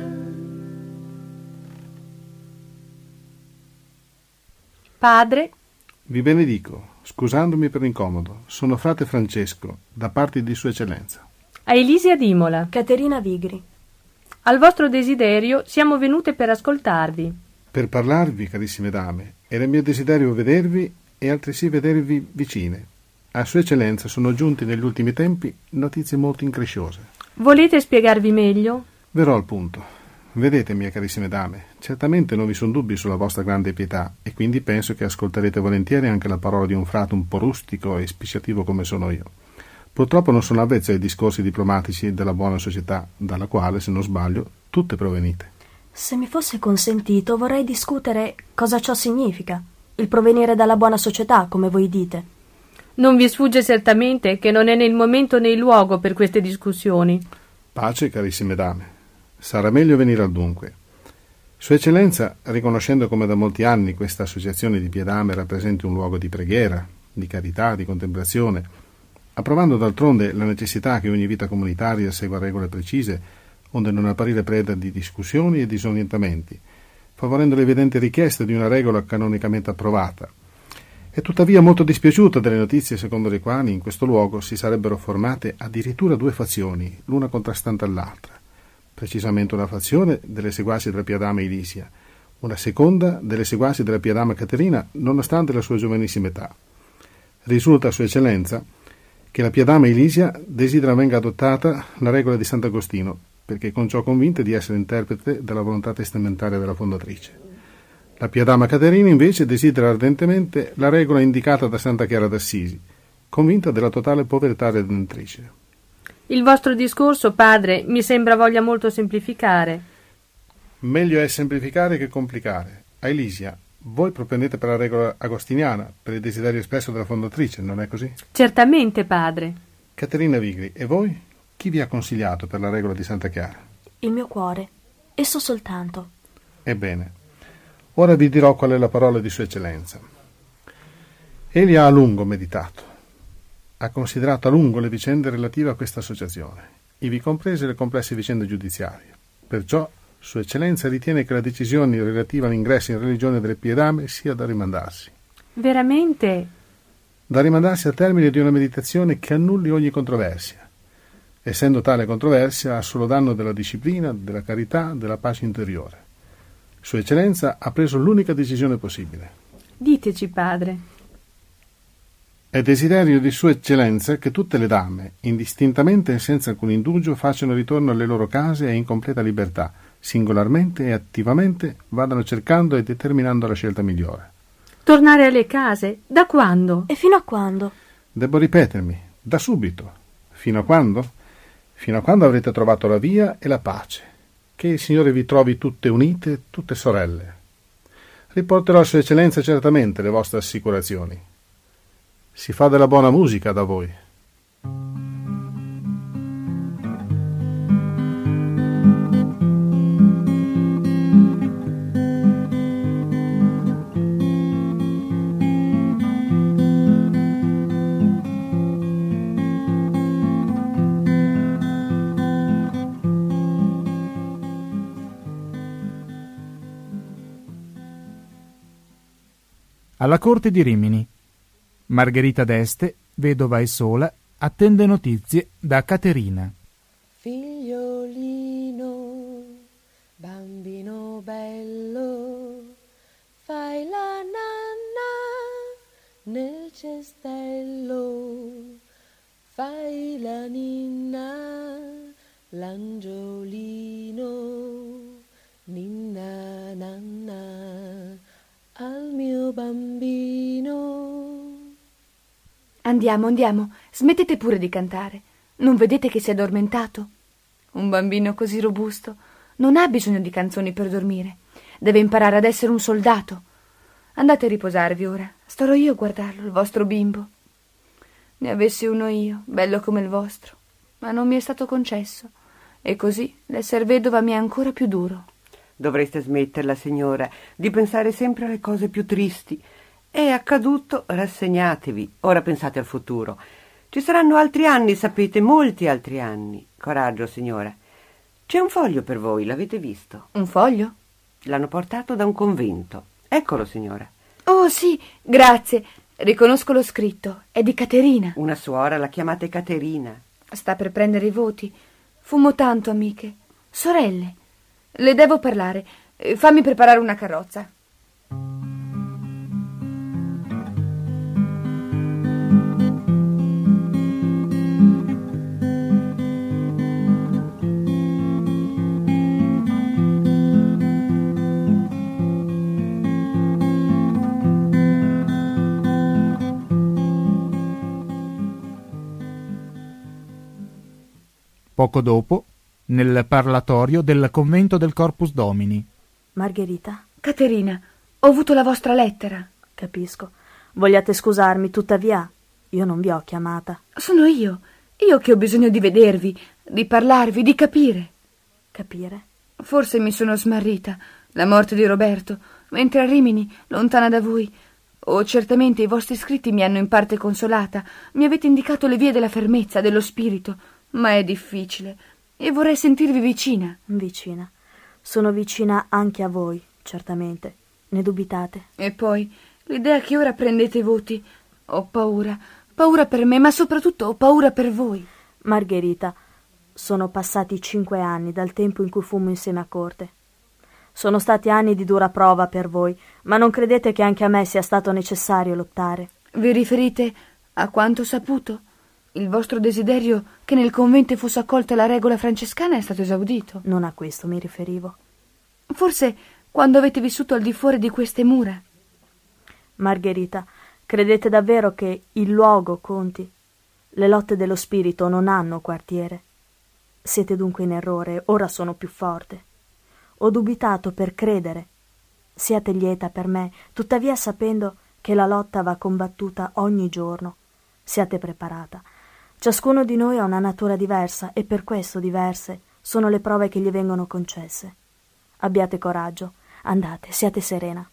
Padre, vi benedico, scusandomi per l'incomodo. Sono frate Francesco, da parte di Sua Eccellenza. A Elisia d'Imola. Caterina Vigri. Al vostro desiderio siamo venute per ascoltarvi. Per parlarvi, carissime dame, era mio desiderio vedervi e altresì vedervi vicine. A Sua Eccellenza sono giunti negli ultimi tempi notizie molto incresciose. Volete spiegarvi meglio? Verrò al punto. Vedete, mie carissime dame, certamente non vi sono dubbi sulla vostra grande pietà e quindi penso che ascolterete volentieri anche la parola di un frate un po' rustico e spisciativo come sono io. Purtroppo non sono avvezzo ai discorsi diplomatici della buona società, dalla quale, se non sbaglio, tutte provenite. Se mi fosse consentito, vorrei discutere cosa ciò significa, il provenire dalla buona società, come voi dite. Non vi sfugge certamente che non è né il momento né il luogo per queste discussioni. Pace, carissime dame. Sarà meglio venire al dunque. Sua Eccellenza, riconoscendo come da molti anni questa associazione di Piedame rappresenti un luogo di preghiera, di carità, di contemplazione, approvando d'altronde la necessità che ogni vita comunitaria segua regole precise, onde non apparire preda di discussioni e disorientamenti, favorendo l'evidente richiesta di una regola canonicamente approvata. È tuttavia molto dispiaciuta delle notizie secondo le quali in questo luogo si sarebbero formate addirittura due fazioni, l'una contrastante all'altra, precisamente una fazione delle seguaci della Pia Dama Elisia, una seconda delle seguaci della Pia Dama Caterina, nonostante la sua giovanissima età. Risulta a Sua Eccellenza che la Pia Dama Elisia desidera venga adottata la regola di Sant'Agostino, perché con ciò convinta di essere interprete della volontà testamentaria della fondatrice. La Pia Dama Caterina invece desidera ardentemente la regola indicata da Santa Chiara d'Assisi, convinta della totale povertà redentrice. Il vostro discorso, padre, mi sembra voglia molto semplificare. Meglio è semplificare che complicare. A Elisia, voi propendete per la regola agostiniana, per il desiderio espresso dalla fondatrice, non è così? Certamente, padre. Caterina Vigri, e voi? Chi vi ha consigliato per la regola di Santa Chiara? Il mio cuore, esso soltanto. Ebbene, ora vi dirò qual è la parola di Sua Eccellenza. Egli ha a lungo meditato, ha considerato a lungo le vicende relative a questa associazione, ivi comprese le complesse vicende giudiziarie. Perciò Sua Eccellenza ritiene che la decisione relativa all'ingresso in religione delle Pie Dame sia da rimandarsi. Veramente? Da rimandarsi al termine di una meditazione che annulli ogni controversia, essendo tale controversia a solo danno della disciplina, della carità, della pace interiore. Sua Eccellenza ha preso l'unica decisione possibile. Diteci, padre. È desiderio di Sua Eccellenza che tutte le dame, indistintamente e senza alcun indugio, facciano ritorno alle loro case e in completa libertà, singolarmente e attivamente vadano cercando e determinando la scelta migliore. Tornare alle case? Da quando? E fino a quando? Debbo ripetermi, da subito. Fino a quando? Fino a quando avrete trovato la via e la pace. Che il Signore vi trovi tutte unite, tutte sorelle. Riporterò a Sua Eccellenza certamente le vostre assicurazioni. Si fa della buona musica da voi. Alla corte di Rimini, Margherita d'Este, vedova e sola, attende notizie da Caterina. Figliolino, bambino bello, fai la nanna nel cestello, fai la ninna, l'angiolino, ninna nanna, al mio bambino. Andiamo, andiamo, smettete pure di cantare. Non vedete che si è addormentato? Un bambino così robusto non ha bisogno di canzoni per dormire. Deve imparare ad essere un soldato. Andate a riposarvi ora. Starò io a guardarlo, il vostro bimbo. Ne avessi uno io, bello come il vostro, ma non mi è stato concesso. E così l'esser vedova mi è ancora più duro. Dovreste smetterla, signora, di pensare sempre alle cose più tristi. È accaduto, rassegnatevi. Ora pensate al futuro. Ci saranno altri anni, sapete, molti altri anni. Coraggio, signora. C'è un foglio per voi, l'avete visto? Un foglio? L'hanno portato da un convento. Eccolo, signora. Oh, sì, grazie. Riconosco lo scritto. È di Caterina. Una suora, la chiamate Caterina. Sta per prendere i voti. Fumo tanto, amiche. Sorelle. Le devo parlare. Fammi preparare una carrozza. Poco dopo, nel parlatorio del convento del Corpus Domini. Margherita? Caterina, ho avuto la vostra lettera. Capisco. Vogliate scusarmi, tuttavia, io non vi ho chiamata. Sono io, io che ho bisogno di vedervi, di parlarvi, di capire. Capire? Forse mi sono smarrita, la morte di Roberto, mentre a Rimini, lontana da voi, Oh, certamente i vostri scritti mi hanno in parte consolata, mi avete indicato le vie della fermezza, dello spirito, ma è difficile e vorrei sentirvi vicina. Vicina. Sono vicina anche a voi, certamente. Ne dubitate? E poi, l'idea che ora prendete voti. Ho paura, paura per me, ma soprattutto ho paura per voi. Margherita, sono passati cinque anni dal tempo in cui fummo insieme a corte. Sono stati anni di dura prova per voi, ma non credete che anche a me sia stato necessario lottare? Vi riferite a quanto ho saputo? Il vostro desiderio che nel convento fosse accolta la regola francescana è stato esaudito. Non a questo mi riferivo. Forse quando avete vissuto al di fuori di queste mura. Margherita, credete davvero che il luogo conti? Le lotte dello spirito non hanno quartiere. Siete dunque in errore, ora sono più forte. Ho dubitato per credere. Siate lieta per me, tuttavia sapendo che la lotta va combattuta ogni giorno. Siate preparata. Ciascuno di noi ha una natura diversa e per questo diverse sono le prove che gli vengono concesse. Abbiate coraggio, andate, siate serena.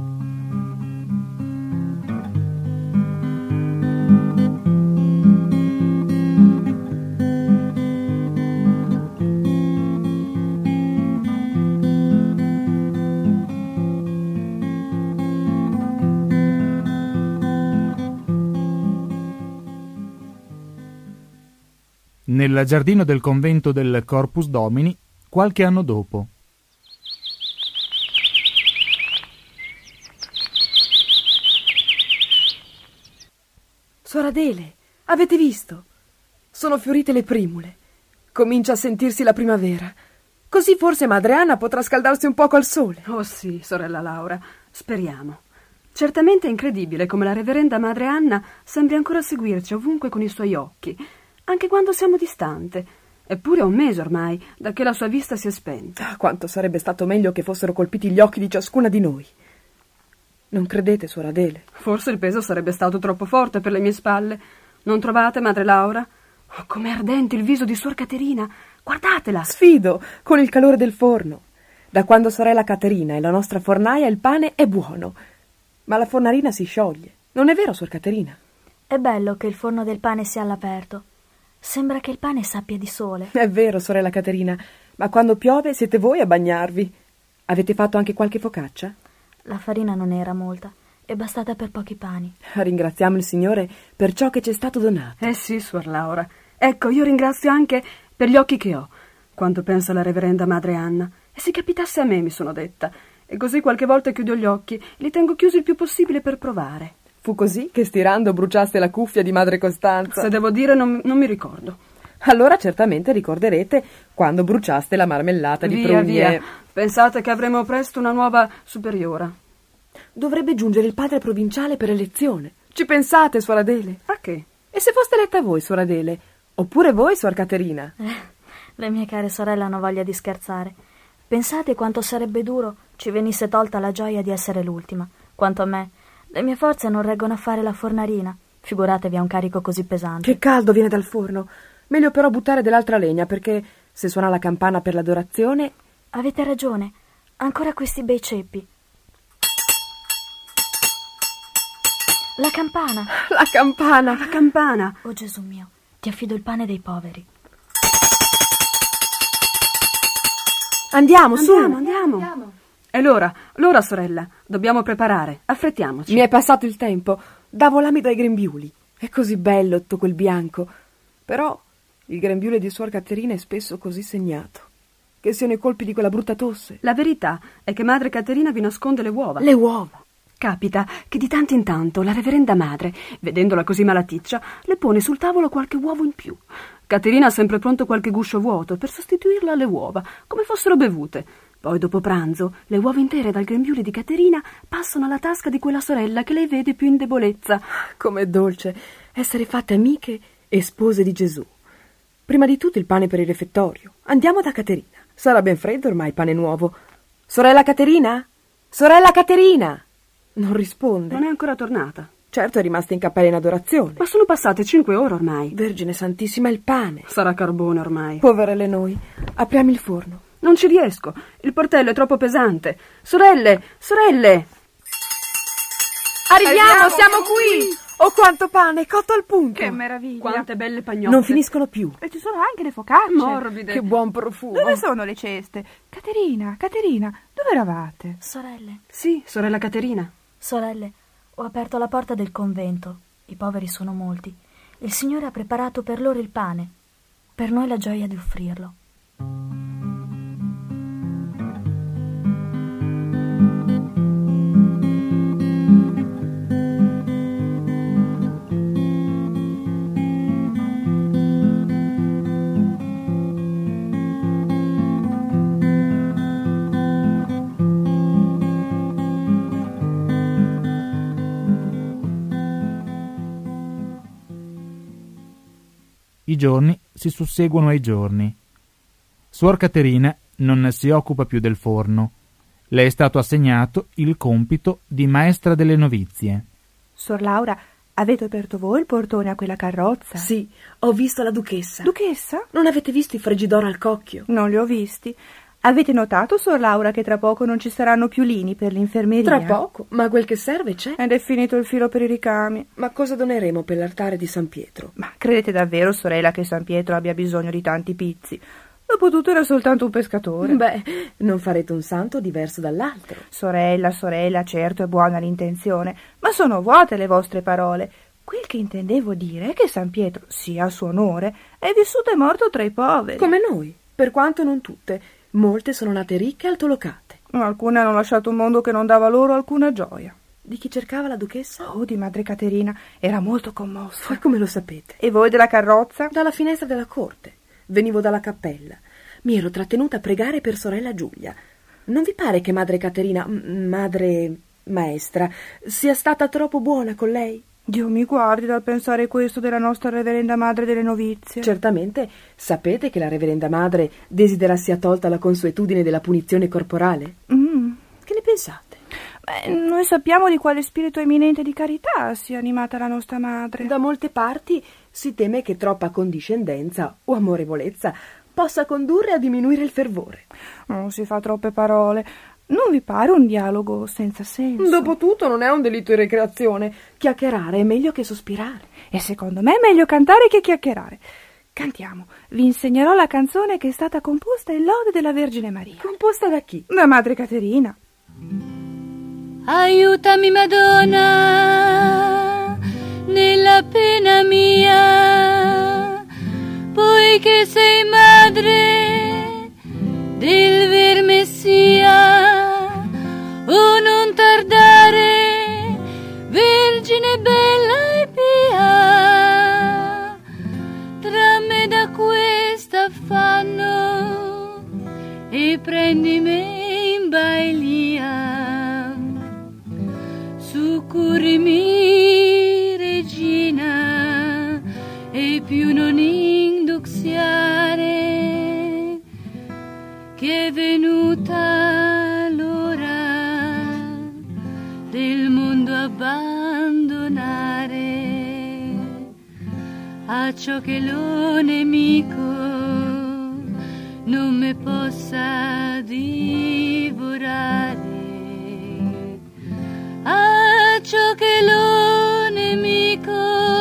Nel giardino del convento del Corpus Domini, qualche anno dopo. Suor Adele, avete visto? Sono fiorite le primule. Comincia a sentirsi la primavera. Così forse madre Anna potrà scaldarsi un poco al sole. Oh sì, sorella Laura, speriamo. Certamente è incredibile come la reverenda madre Anna sembri ancora seguirci ovunque con i suoi occhi, anche quando siamo distante. Eppure è un mese ormai, da che la sua vista si è spenta. Ah, quanto sarebbe stato meglio che fossero colpiti gli occhi di ciascuna di noi. Non credete, suor Adele? Forse il peso sarebbe stato troppo forte per le mie spalle. Non trovate, madre Laura? Oh, com'è ardente il viso di suor Caterina! Guardatela! Sfido, con il calore del forno. Da quando sorella Caterina è la nostra fornaia il pane è buono. Ma la fornarina si scioglie. Non è vero, suor Caterina? È bello che il forno del pane sia all'aperto. Sembra che il pane sappia di sole. È vero, sorella Caterina, ma quando piove siete voi a bagnarvi. Avete fatto anche qualche focaccia? La farina non era molta, è bastata per pochi pani. Ringraziamo il Signore per ciò che ci è stato donato. Eh sì, suor Laura. Ecco, io ringrazio anche per gli occhi che ho, quando penso alla reverenda madre Anna. E se capitasse a me, mi sono detta. E così qualche volta chiudo gli occhi, li tengo chiusi il più possibile per provare. Fu così che stirando bruciaste la cuffia di madre Costanza. Se devo dire, non, non mi ricordo. Allora certamente ricorderete quando bruciaste la marmellata via, di prugne. Via. Pensate che avremo presto una nuova superiora. Dovrebbe giungere il padre provinciale per elezione. Ci pensate, suor Adele? A che? E se foste eletta voi, suor Adele? Oppure voi, suor Caterina? Eh, le mie care sorelle hanno voglia di scherzare. Pensate quanto sarebbe duro ci venisse tolta la gioia di essere l'ultima. Quanto a me, le mie forze non reggono a fare la fornarina. Figuratevi a un carico così pesante. Che caldo viene dal forno. Meglio però buttare dell'altra legna, perché se suona la campana per l'adorazione... Avete ragione. Ancora questi bei ceppi. La campana. La campana. La campana. Oh Gesù mio, ti affido il pane dei poveri. Andiamo, su. Andiamo, andiamo. andiamo. E l'ora, l'ora, sorella. Dobbiamo preparare. Affrettiamoci. Mi è passato il tempo. Davo l'ami dai grembiuli. È così bello tutto quel bianco. Però il grembiule di suor Caterina è spesso così segnato. Che siano i colpi di quella brutta tosse. La verità è che madre Caterina vi nasconde le uova. Le uova? Capita che di tanto in tanto la reverenda madre, vedendola così malaticcia, le pone sul tavolo qualche uovo in più. Caterina ha sempre pronto qualche guscio vuoto per sostituirla alle uova, come fossero bevute. Poi dopo pranzo le uova intere dal grembiule di Caterina passano alla tasca di quella sorella che lei vede più in debolezza. Com'è dolce essere fatte amiche e spose di Gesù. Prima di tutto il pane per il refettorio. Andiamo da Caterina. Sarà ben freddo ormai il pane nuovo. Sorella Caterina? Sorella Caterina! Non risponde. Non è ancora tornata. Certo è rimasta in cappella in adorazione. Ma sono passate cinque ore ormai. Vergine Santissima, il pane. Sarà carbone ormai. Poverelle noi. Apriamo il forno. Non ci riesco. Il portello è troppo pesante. Sorelle! Sorelle! Arriviamo, siamo qui! Oh, quanto pane, cotto al punto! Che meraviglia! Quante belle pagnotte! Non finiscono più. E ci sono anche le focacce. Morbide! Che buon profumo! Dove sono le ceste? Caterina, Caterina, dove eravate? Sorelle. Sì, sorella Caterina. Sorelle, ho aperto la porta del convento. I poveri sono molti. Il Signore ha preparato per loro il pane. Per noi la gioia di offrirlo. I giorni si susseguono ai giorni. Suor Caterina non si occupa più del forno. Le è stato assegnato il compito di maestra delle novizie. Suor Laura, avete aperto voi il portone a quella carrozza? Sì, ho visto la duchessa. Duchessa? Non avete visto i frigidora al cocchio? Non li ho visti. Avete notato, Suor Laura, che tra poco non ci saranno più lini per l'infermeria? Tra poco? Ma quel che serve c'è. Ed è finito il filo per i ricami. Ma cosa doneremo per l'altare di San Pietro? Ma credete davvero, sorella, che San Pietro abbia bisogno di tanti pizzi? Dopotutto era soltanto un pescatore. Beh, non farete un santo diverso dall'altro. Sorella, sorella, certo è buona l'intenzione, ma sono vuote le vostre parole. Quel che intendevo dire è che San Pietro, sia a suo onore, è vissuto e morto tra i poveri. Come noi, per quanto non tutte. Molte sono nate ricche e altolocate. Alcune hanno lasciato un mondo che non dava loro alcuna gioia. Di chi cercava la duchessa? Oh, di madre Caterina. Era molto commossa. Poi come lo sapete? E voi della carrozza? Dalla finestra della corte. Venivo dalla cappella. Mi ero trattenuta a pregare per sorella Giulia. Non vi pare che madre Caterina, m- madre maestra, sia stata troppo buona con lei? Dio mi guardi dal pensare questo della nostra reverenda madre delle novizie. Certamente sapete che la reverenda madre desidera sia tolta la consuetudine della punizione corporale? Mm. Che ne pensate? Beh, noi sappiamo di quale spirito eminente di carità sia animata la nostra madre. Da molte parti si teme che troppa condiscendenza o amorevolezza possa condurre a diminuire il fervore. Non si fa troppe parole. Non vi pare un dialogo senza senso? Dopotutto non è un delitto di ricreazione. Chiacchierare è meglio che sospirare. E secondo me è meglio cantare che chiacchierare. Cantiamo. Vi insegnerò la canzone che è stata composta in lode della Vergine Maria. Composta da chi? Da madre Caterina. Aiutami, Madonna, nella pena mia, poiché sei madre del ver Messia. Oh, non tardare, Vergine bella e pia, trammi da questo affanno e prendimi in bailia. Succurrimi, regina, e più non induxiare, che è venuta l'ora del mondo abbandonare, a ciò che lo nemico non me possa divorare, a ciò che lo nemico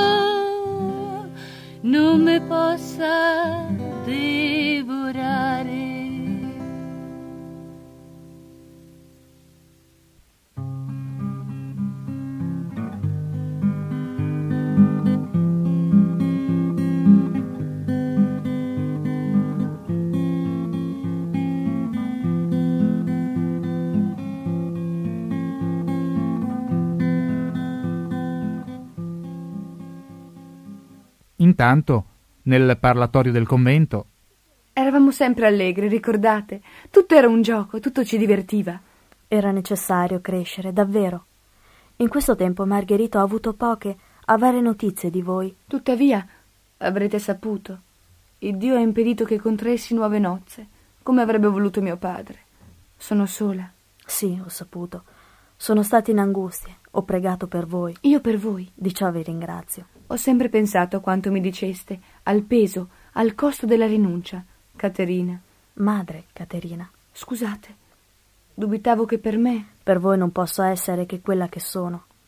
non me possa divorare. Intanto, nel parlatorio del convento, eravamo sempre allegri, ricordate? Tutto era un gioco, tutto ci divertiva. Era necessario crescere, davvero. In questo tempo Margherita ha avuto poche, avere notizie di voi. Tuttavia, avrete saputo, il Dio ha impedito che contraessi nuove nozze, come avrebbe voluto mio padre. Sono sola. Sì, ho saputo. Sono stata in angustie. Ho pregato per voi. Io per voi. Di ciò vi ringrazio. Ho sempre pensato a quanto mi diceste, al peso, al costo della rinuncia. Caterina. Madre Caterina. Scusate, dubitavo che per me... Per voi non posso essere che quella che sono.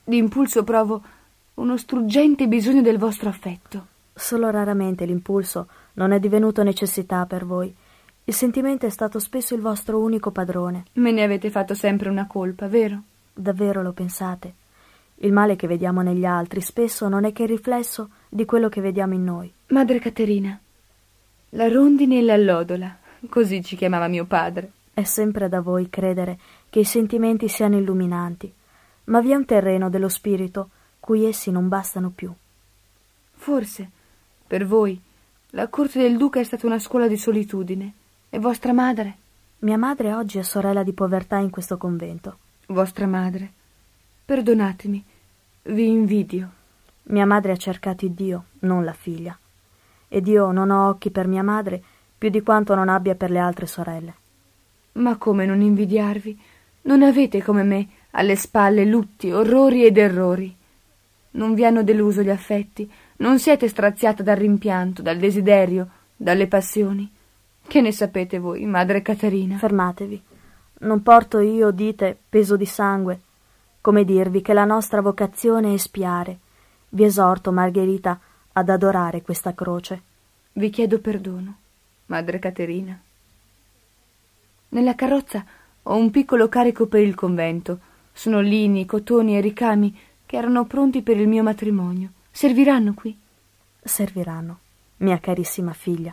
D'impulso provo uno struggente bisogno del vostro affetto. Solo raramente l'impulso non è divenuto necessità per voi. Il sentimento è stato spesso il vostro unico padrone. Me ne avete fatto sempre una colpa, vero? Davvero lo pensate? Il male che vediamo negli altri spesso non è che il riflesso di quello che vediamo in noi. Madre Caterina, la rondine e l'allodola, così ci chiamava mio padre. È sempre da voi credere che i sentimenti siano illuminanti, ma vi è un terreno dello spirito cui essi non bastano più. Forse, per voi, la corte del duca è stata una scuola di solitudine. E vostra madre? Mia madre oggi è sorella di povertà in questo convento. Vostra madre? Perdonatemi, vi invidio. Mia madre ha cercato il Dio, non la figlia. Ed io non ho occhi per mia madre più di quanto non abbia per le altre sorelle. Ma come non invidiarvi? Non avete come me alle spalle lutti, orrori ed errori. Non vi hanno deluso gli affetti, non siete straziata dal rimpianto, dal desiderio, dalle passioni. Che ne sapete voi, madre Caterina? Fermatevi. Non porto io, dite, peso di sangue. Come dirvi che la nostra vocazione è espiare. Vi esorto, Margherita, ad adorare questa croce. Vi chiedo perdono, madre Caterina. Nella carrozza ho un piccolo carico per il convento. Sono lini, cotoni e ricami che erano pronti per il mio matrimonio. Serviranno qui? Serviranno, mia carissima figlia.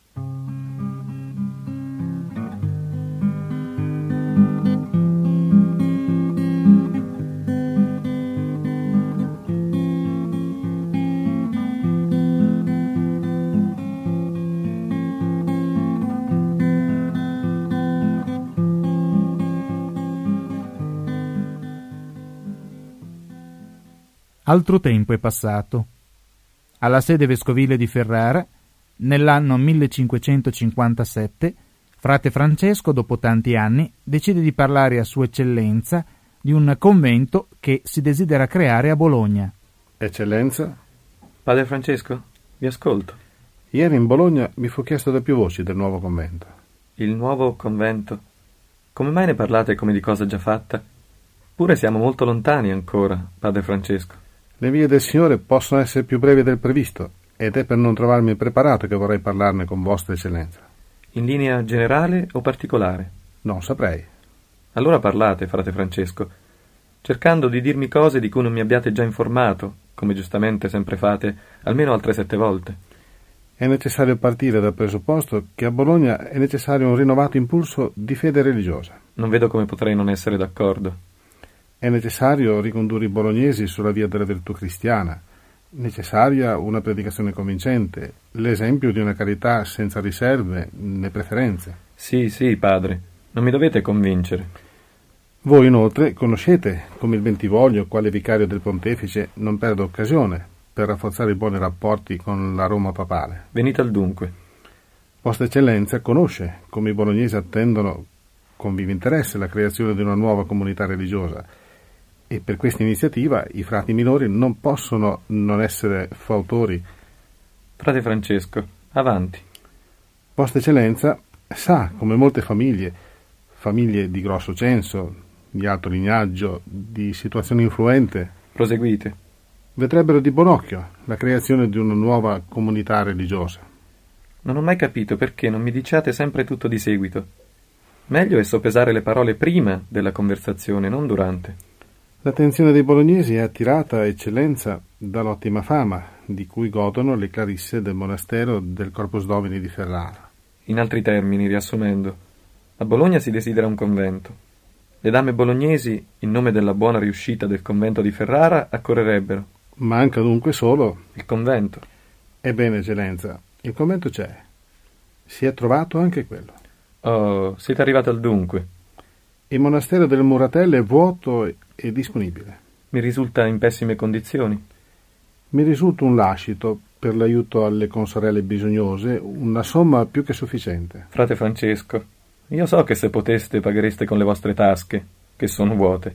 Altro tempo è passato. Alla sede vescovile di Ferrara, nell'anno millecinquecentocinquantasette, frate Francesco, dopo tanti anni, decide di parlare a Sua Eccellenza di un convento che si desidera creare a Bologna. Eccellenza? Padre Francesco, vi ascolto. Ieri in Bologna mi fu chiesto da più voci del nuovo convento. Il nuovo convento? Come mai ne parlate come di cosa già fatta? Pure siamo molto lontani ancora, Padre Francesco. Le vie del Signore possono essere più brevi del previsto, ed è per non trovarmi preparato che vorrei parlarne con Vostra Eccellenza. In linea generale o particolare? Non saprei. Allora parlate, frate Francesco, cercando di dirmi cose di cui non mi abbiate già informato, come giustamente sempre fate, almeno altre sette volte. È necessario partire dal presupposto che a Bologna è necessario un rinnovato impulso di fede religiosa. Non vedo come potrei non essere d'accordo. È necessario ricondurre i bolognesi sulla via della virtù cristiana, necessaria una predicazione convincente, l'esempio di una carità senza riserve né preferenze. Sì, sì, padre, non mi dovete convincere. Voi inoltre conoscete come il Bentivoglio, quale vicario del pontefice, non perda occasione per rafforzare i buoni rapporti con la Roma papale. Venite al dunque. Vostra Eccellenza conosce come i bolognesi attendono con vivo interesse la creazione di una nuova comunità religiosa, e per questa iniziativa i frati minori non possono non essere fautori. Frate Francesco, avanti. Vostra Eccellenza sa come molte famiglie, famiglie di grosso censo, di alto lignaggio, di situazione influente, proseguite, vedrebbero di buon occhio la creazione di una nuova comunità religiosa. Non ho mai capito perché non mi diciate sempre tutto di seguito. Meglio è soppesare le parole prima della conversazione, non durante. L'attenzione dei bolognesi è attirata, Eccellenza, dall'ottima fama di cui godono le clarisse del monastero del Corpus Domini di Ferrara. In altri termini, riassumendo, a Bologna si desidera un convento. Le dame bolognesi, in nome della buona riuscita del convento di Ferrara, accorrerebbero. Manca dunque solo il convento. Ebbene, Eccellenza, il convento c'è. Si è trovato anche quello. Oh, siete arrivati al dunque. Il monastero del Muratello è vuoto e, e disponibile. Mi risulta in pessime condizioni. Mi risulta un lascito per l'aiuto alle consorelle bisognose, una somma più che sufficiente. Frate Francesco, io so che se poteste paghereste con le vostre tasche, che sono vuote.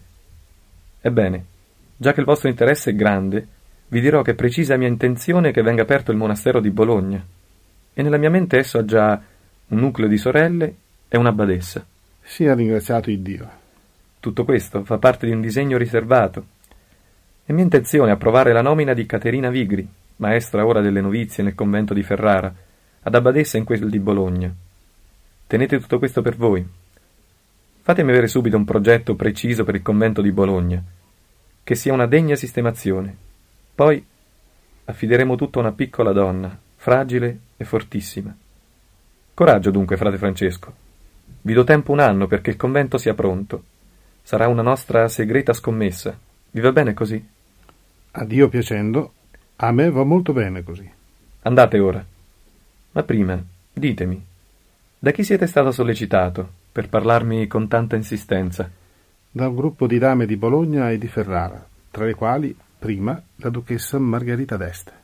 Ebbene, già che il vostro interesse è grande, vi dirò che è precisa mia intenzione che venga aperto il monastero di Bologna, e nella mia mente esso ha già un nucleo di sorelle e una badessa. Sia ringraziato il Dio. Tutto questo fa parte di un disegno riservato. È mia intenzione approvare la nomina di Caterina Vigri, maestra ora delle novizie nel convento di Ferrara, ad abbadessa in quel di Bologna. Tenete tutto questo per voi. Fatemi avere subito un progetto preciso per il convento di Bologna, che sia una degna sistemazione. Poi affideremo tutto a una piccola donna, fragile e fortissima. Coraggio dunque, frate Francesco. Vi do tempo un anno perché il convento sia pronto. Sarà una nostra segreta scommessa. Vi va bene così? A Dio piacendo, a me va molto bene così. Andate ora. Ma prima, ditemi, da chi siete stato sollecitato per parlarmi con tanta insistenza? Da un gruppo di dame di Bologna e di Ferrara, tra le quali, prima, la duchessa Margherita d'Este.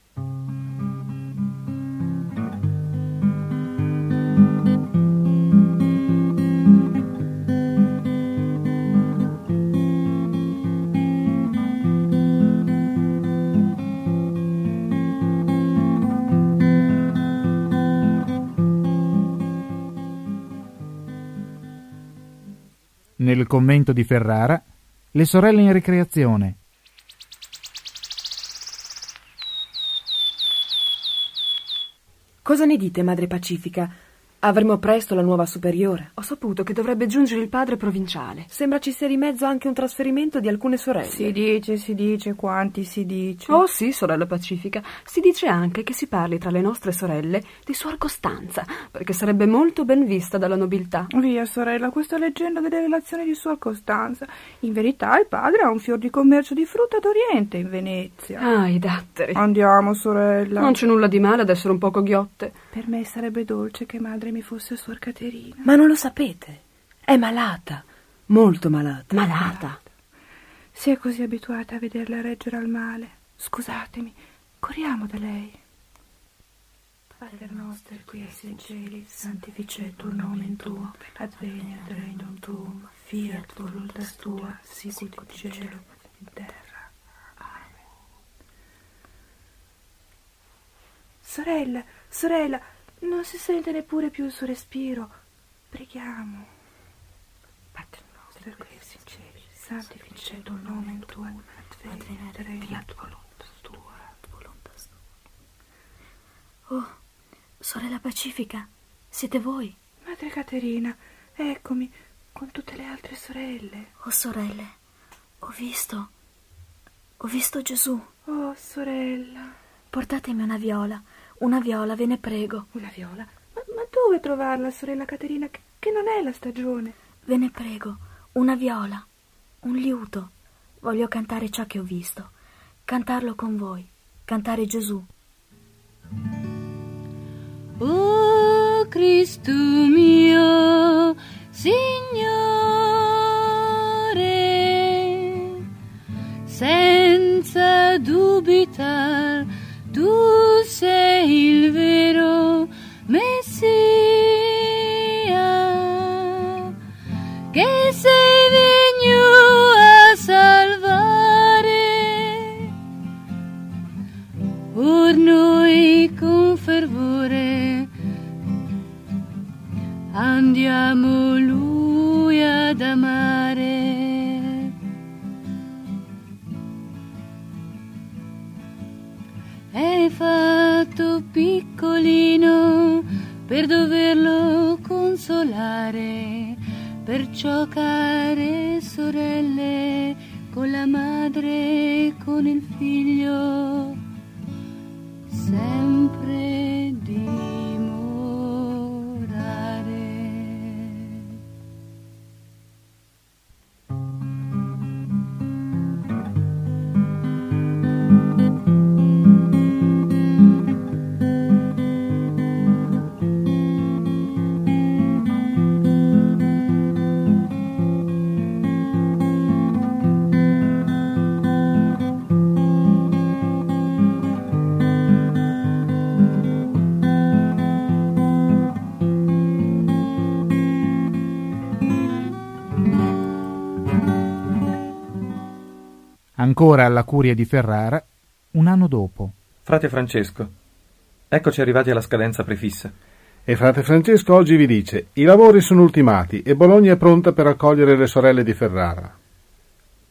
Nel convento di Ferrara, le sorelle in ricreazione. Cosa ne dite, madre Pacifica? Avremo presto la nuova superiore. Ho saputo che dovrebbe giungere il padre provinciale. Sembra ci sia di mezzo anche un trasferimento di alcune sorelle. Si dice, si dice, quanti si dice. Oh sì, sorella Pacifica. Si dice anche che si parli tra le nostre sorelle di Suor Costanza, perché sarebbe molto ben vista dalla nobiltà. Via, sorella, questa leggenda delle relazioni di Suor Costanza. In verità il padre ha un fior di commercio di frutta d'Oriente in Venezia. Ah, i datteri. Andiamo, sorella. Non c'è nulla di male ad essere un poco ghiotte. Per me sarebbe dolce che madre mi fosse Suor Caterina. Ma non lo sapete? È malata, molto malata. Malata? Si è così abituata a vederla reggere al male. Scusatemi, corriamo da lei. Pater noster qui es in cieli, sanctificetur nomen tuum, adveniat regnum tuum, fiat voluntas tua, sicut in cielo et in terra. Amen. Sorella, sorella, non si sente neppure più il suo respiro. Preghiamo. Pater noster qui es in cieli, sanctificetur nomen tuum, adveniat regnum voluntas tua, voluntas tua. Oh, sorella Pacifica, siete voi? Madre Caterina, eccomi, con tutte le altre sorelle. Oh, sorelle, ho visto, ho visto Gesù. Oh, sorella. Portatemi una viola, una viola, ve ne prego. Una viola? Ma, ma dove trovarla, sorella Caterina, che, che non è la stagione? Ve ne prego, una viola, un liuto. Voglio cantare ciò che ho visto, cantarlo con voi, cantare Gesù. O Cristo mio, Signore, senza dubitar, tu sei il vero Messia, che sei venuto a salvare. Or noi con fervore andiamo Lui ad amare. È fatto piccolino per doverlo consolare, perciò care sorelle, con la madre e con il figlio sempre dimorare. Ancora alla curia di Ferrara, un anno dopo. Frate Francesco, eccoci arrivati alla scadenza prefissa. E frate Francesco oggi vi dice: i lavori sono ultimati e Bologna è pronta per accogliere le sorelle di Ferrara.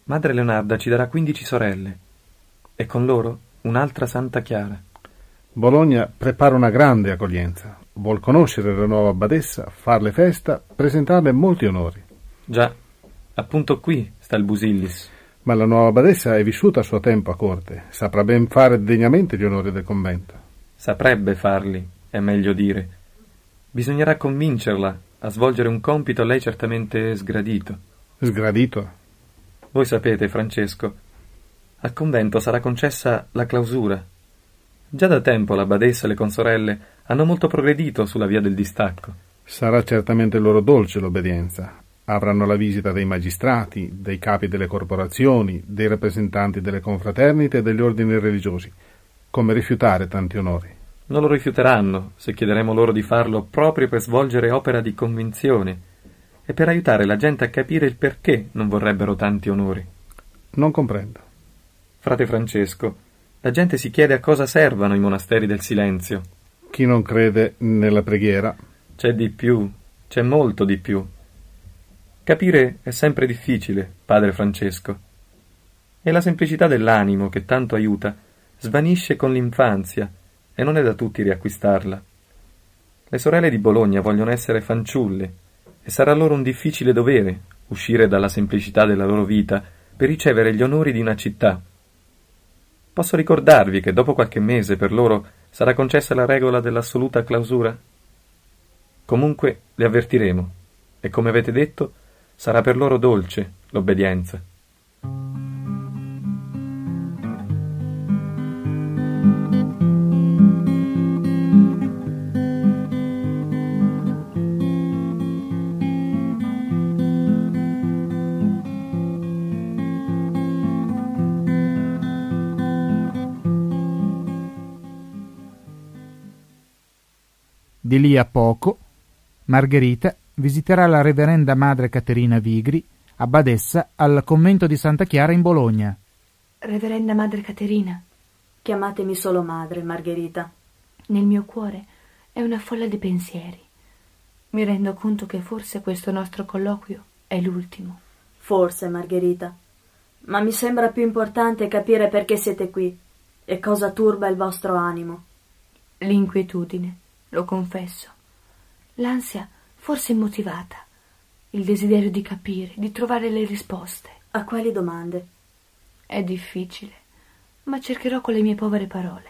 Madre Leonarda ci darà quindici sorelle e con loro un'altra Santa Chiara. Bologna prepara una grande accoglienza. Vuol conoscere la nuova badessa, farle festa, presentarle molti onori. Già, appunto qui sta il Busillis. Ma la nuova badessa è vissuta a suo tempo a corte, saprà ben fare degnamente gli onori del convento. Saprebbe farli, è meglio dire. Bisognerà convincerla a svolgere un compito a lei certamente sgradito. Sgradito? Voi sapete, Francesco, al convento sarà concessa la clausura. Già da tempo la badessa e le consorelle hanno molto progredito sulla via del distacco. Sarà certamente loro dolce l'obbedienza. Avranno la visita dei magistrati, dei capi delle corporazioni, dei rappresentanti delle confraternite e degli ordini religiosi. Come rifiutare tanti onori? Non lo rifiuteranno se chiederemo loro di farlo proprio per svolgere opera di convinzione e per aiutare la gente a capire il perché non vorrebbero tanti onori. Non comprendo. Frate Francesco, la gente si chiede a cosa servano i monasteri del silenzio. Chi non crede nella preghiera? C'è di più, c'è molto di più. Capire è sempre difficile, padre Francesco. E la semplicità dell'animo che tanto aiuta svanisce con l'infanzia e non è da tutti riacquistarla. Le sorelle di Bologna vogliono essere fanciulle e sarà loro un difficile dovere uscire dalla semplicità della loro vita per ricevere gli onori di una città. Posso ricordarvi che dopo qualche mese per loro sarà concessa la regola dell'assoluta clausura? Comunque le avvertiremo e, come avete detto, sarà per loro dolce l'obbedienza. Di lì a poco, Margherita visiterà la reverenda madre Caterina Vigri, abbadessa al convento di Santa Chiara in Bologna. Reverenda madre Caterina. Chiamatemi solo madre, Margherita. Nel mio cuore è una folla di pensieri. Mi rendo conto che forse questo nostro colloquio è l'ultimo. Forse, Margherita. Ma mi sembra più importante capire perché siete qui e cosa turba il vostro animo. L'inquietudine, lo confesso. L'ansia forse immotivata. Il desiderio di capire, di trovare le risposte. A quali domande? È difficile, ma cercherò con le mie povere parole.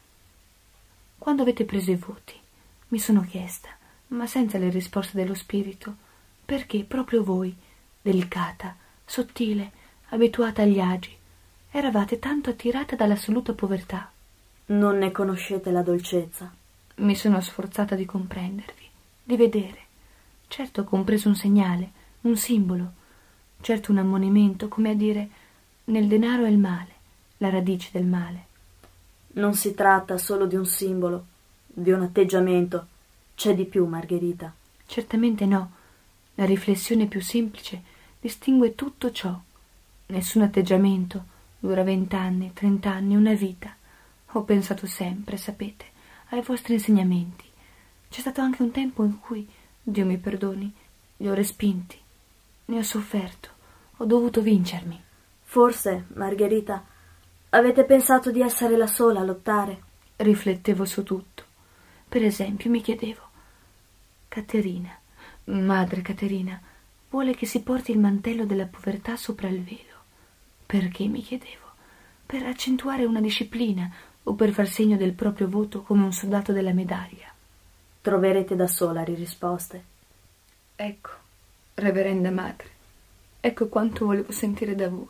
Quando avete preso i voti, mi sono chiesta, ma senza le risposte dello spirito, perché proprio voi, delicata, sottile, abituata agli agi, eravate tanto attirata dall'assoluta povertà. Non ne conoscete la dolcezza. Mi sono sforzata di comprendervi, di vedere. Certo ho compreso un segnale, un simbolo, certo un ammonimento, come a dire, nel denaro è il male, la radice del male. Non si tratta solo di un simbolo, di un atteggiamento. C'è di più, Margherita. Certamente no. La riflessione più semplice distingue tutto ciò. Nessun atteggiamento dura vent'anni, trent'anni, una vita. Ho pensato sempre, sapete, ai vostri insegnamenti. C'è stato anche un tempo in cui, Dio mi perdoni, li ho respinti. Ne ho sofferto. Ho dovuto vincermi. Forse, Margherita, avete pensato di essere la sola a lottare? Riflettevo su tutto. Per esempio, mi chiedevo, Caterina, madre Caterina, vuole che si porti il mantello della povertà sopra il velo. Perché, mi chiedevo? Per accentuare una disciplina o per far segno del proprio voto come un soldato della medaglia? Troverete da sola le risposte. Ecco, reverenda madre, ecco quanto volevo sentire da voi.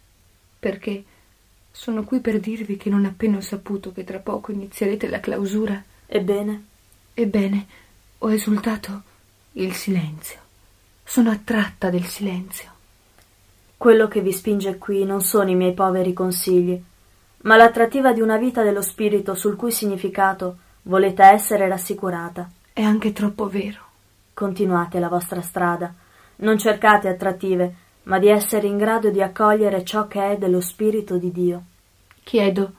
Perché sono qui per dirvi che non appena ho saputo che tra poco inizierete la clausura. Ebbene? Ebbene, ho esultato il silenzio. Sono attratta del silenzio. Quello che vi spinge qui non sono i miei poveri consigli, ma l'attrattiva di una vita dello spirito sul cui significato volete essere rassicurata. È anche troppo vero. Continuate la vostra strada. Non cercate attrattive, ma di essere in grado di accogliere ciò che è dello Spirito di Dio. Chiedo,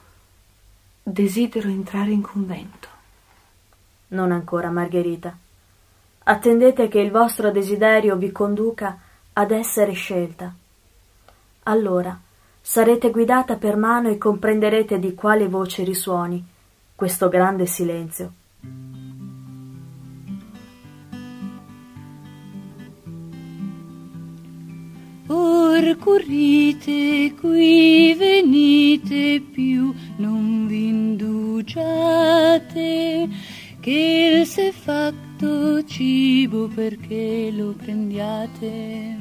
desidero entrare in convento. Non ancora, Margherita. Attendete che il vostro desiderio vi conduca ad essere scelta. Allora sarete guidata per mano e comprenderete di quale voce risuoni questo grande silenzio. Or currite qui venite più, non v'indugiate, che il s'è fatto cibo perché lo prendiate.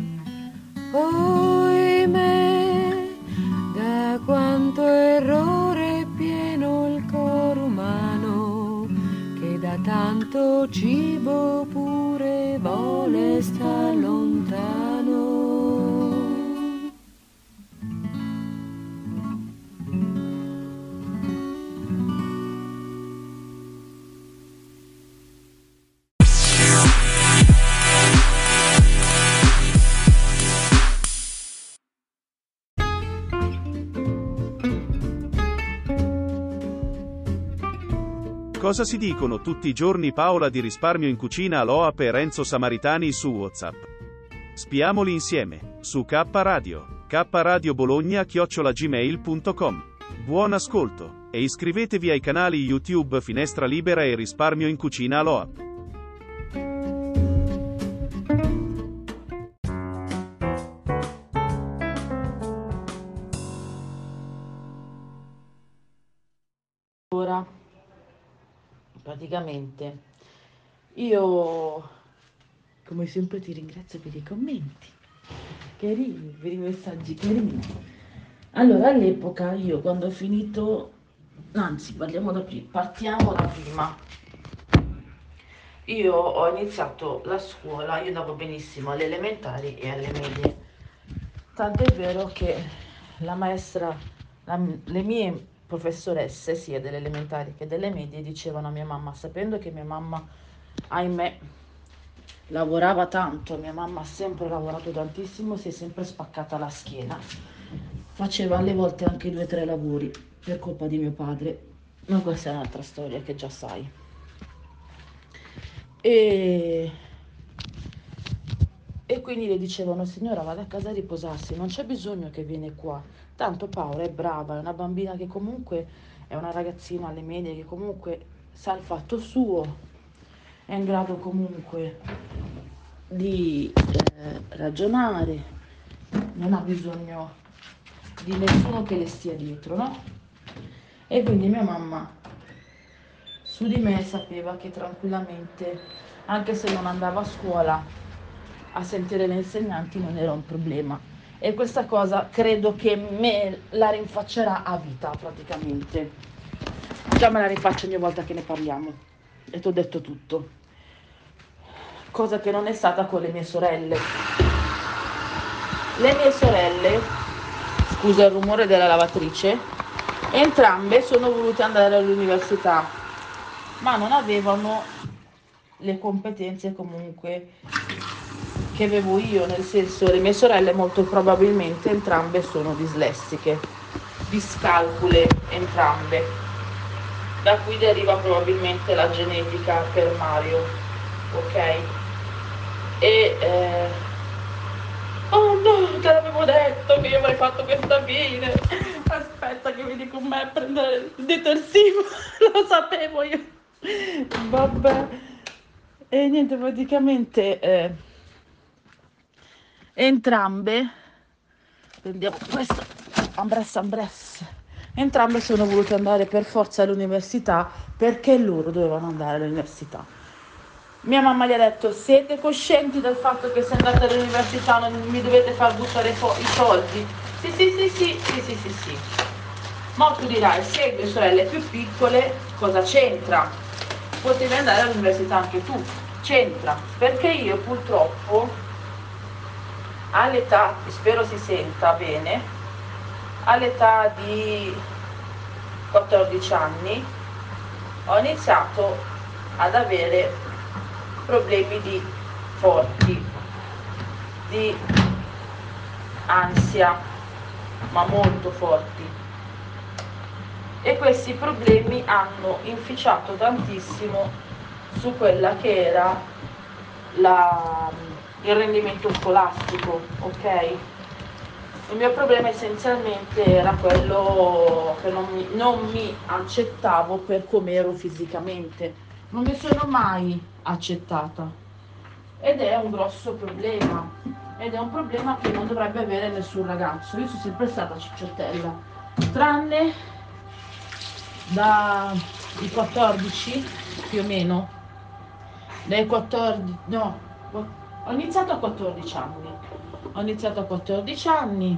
Oimè, da quanto errore è pieno il cor umano, che da tanto cibo pure vuole star lontano. Cosa si dicono tutti i giorni Paola di Risparmio in Cucina Aloap e Renzo Samaritani su WhatsApp? Spiamoli insieme, su K Radio, K Radio Bologna chiocciola gmail punto com. Buon ascolto, e iscrivetevi ai canali YouTube Finestra Libera e Risparmio in Cucina Aloap. Ora, praticamente, io come sempre ti ringrazio per i commenti carini, per i messaggi carini. Allora, all'epoca io quando ho finito, anzi parliamo da prima, partiamo da prima. Io ho iniziato la scuola, io andavo benissimo alle elementari e alle medie, tanto è vero che la maestra, la, le mie professoresse sia delle elementari che delle medie dicevano a mia mamma, sapendo che mia mamma, ahimè, lavorava tanto, mia mamma ha sempre lavorato tantissimo, si è sempre spaccata la schiena, faceva alle volte anche due o tre lavori per colpa di mio padre, ma questa è un'altra storia che già sai. E, e quindi le dicevano, signora, vada a casa a riposarsi, non c'è bisogno che viene qua, tanto Paola è brava, è una bambina che comunque è una ragazzina alle medie che comunque sa il fatto suo, è in grado comunque di eh, ragionare, non ha bisogno di nessuno che le stia dietro, no? E quindi mia mamma su di me sapeva che tranquillamente, anche se non andavo a scuola, a sentire le insegnanti non era un problema. E questa cosa credo che me la rinfaccerà a vita praticamente. Già me la rinfaccio ogni volta che ne parliamo. E ti ho detto tutto. Cosa che non è stata con le mie sorelle. Le mie sorelle, scusa il rumore della lavatrice, entrambe sono volute andare all'università, ma non avevano le competenze comunque che avevo io, nel senso, le mie sorelle molto probabilmente entrambe sono dislessiche, discalcule entrambe, da cui deriva probabilmente la genetica per Mario, ok? E eh... oh no, te l'avevo detto che io avrei fatto questa fine, aspetta che vieni con me a prendere il detersivo, lo sapevo io, vabbè. E niente, praticamente eh, entrambe, prendiamo questo, ambressa ambressa, entrambe sono volute andare per forza all'università perché loro dovevano andare all'università. Mia mamma gli ha detto, siete coscienti del fatto che se andate all'università non mi dovete far buttare i soldi? Sì, sì, sì, sì, sì, sì, sì, sì. Ma tu dirai, se hai due sorelle più piccole, cosa c'entra? Potevi andare all'università anche tu. C'entra, perché io purtroppo all'età, spero si senta bene, all'età di quattordici anni ho iniziato ad avere problemi di forti, di ansia, ma molto forti. E questi problemi hanno inficiato tantissimo su quella che era la, il rendimento scolastico, ok? Il mio problema essenzialmente era quello che non mi, non mi accettavo per come ero fisicamente. Non mi sono mai accettata. Ed è un grosso problema. Ed è un problema che non dovrebbe avere nessun ragazzo. Io sono sempre stata cicciottella. Tranne dai quattordici, più o meno. Dai quattordici, no, ho iniziato a quattordici anni. Ho iniziato a quattordici anni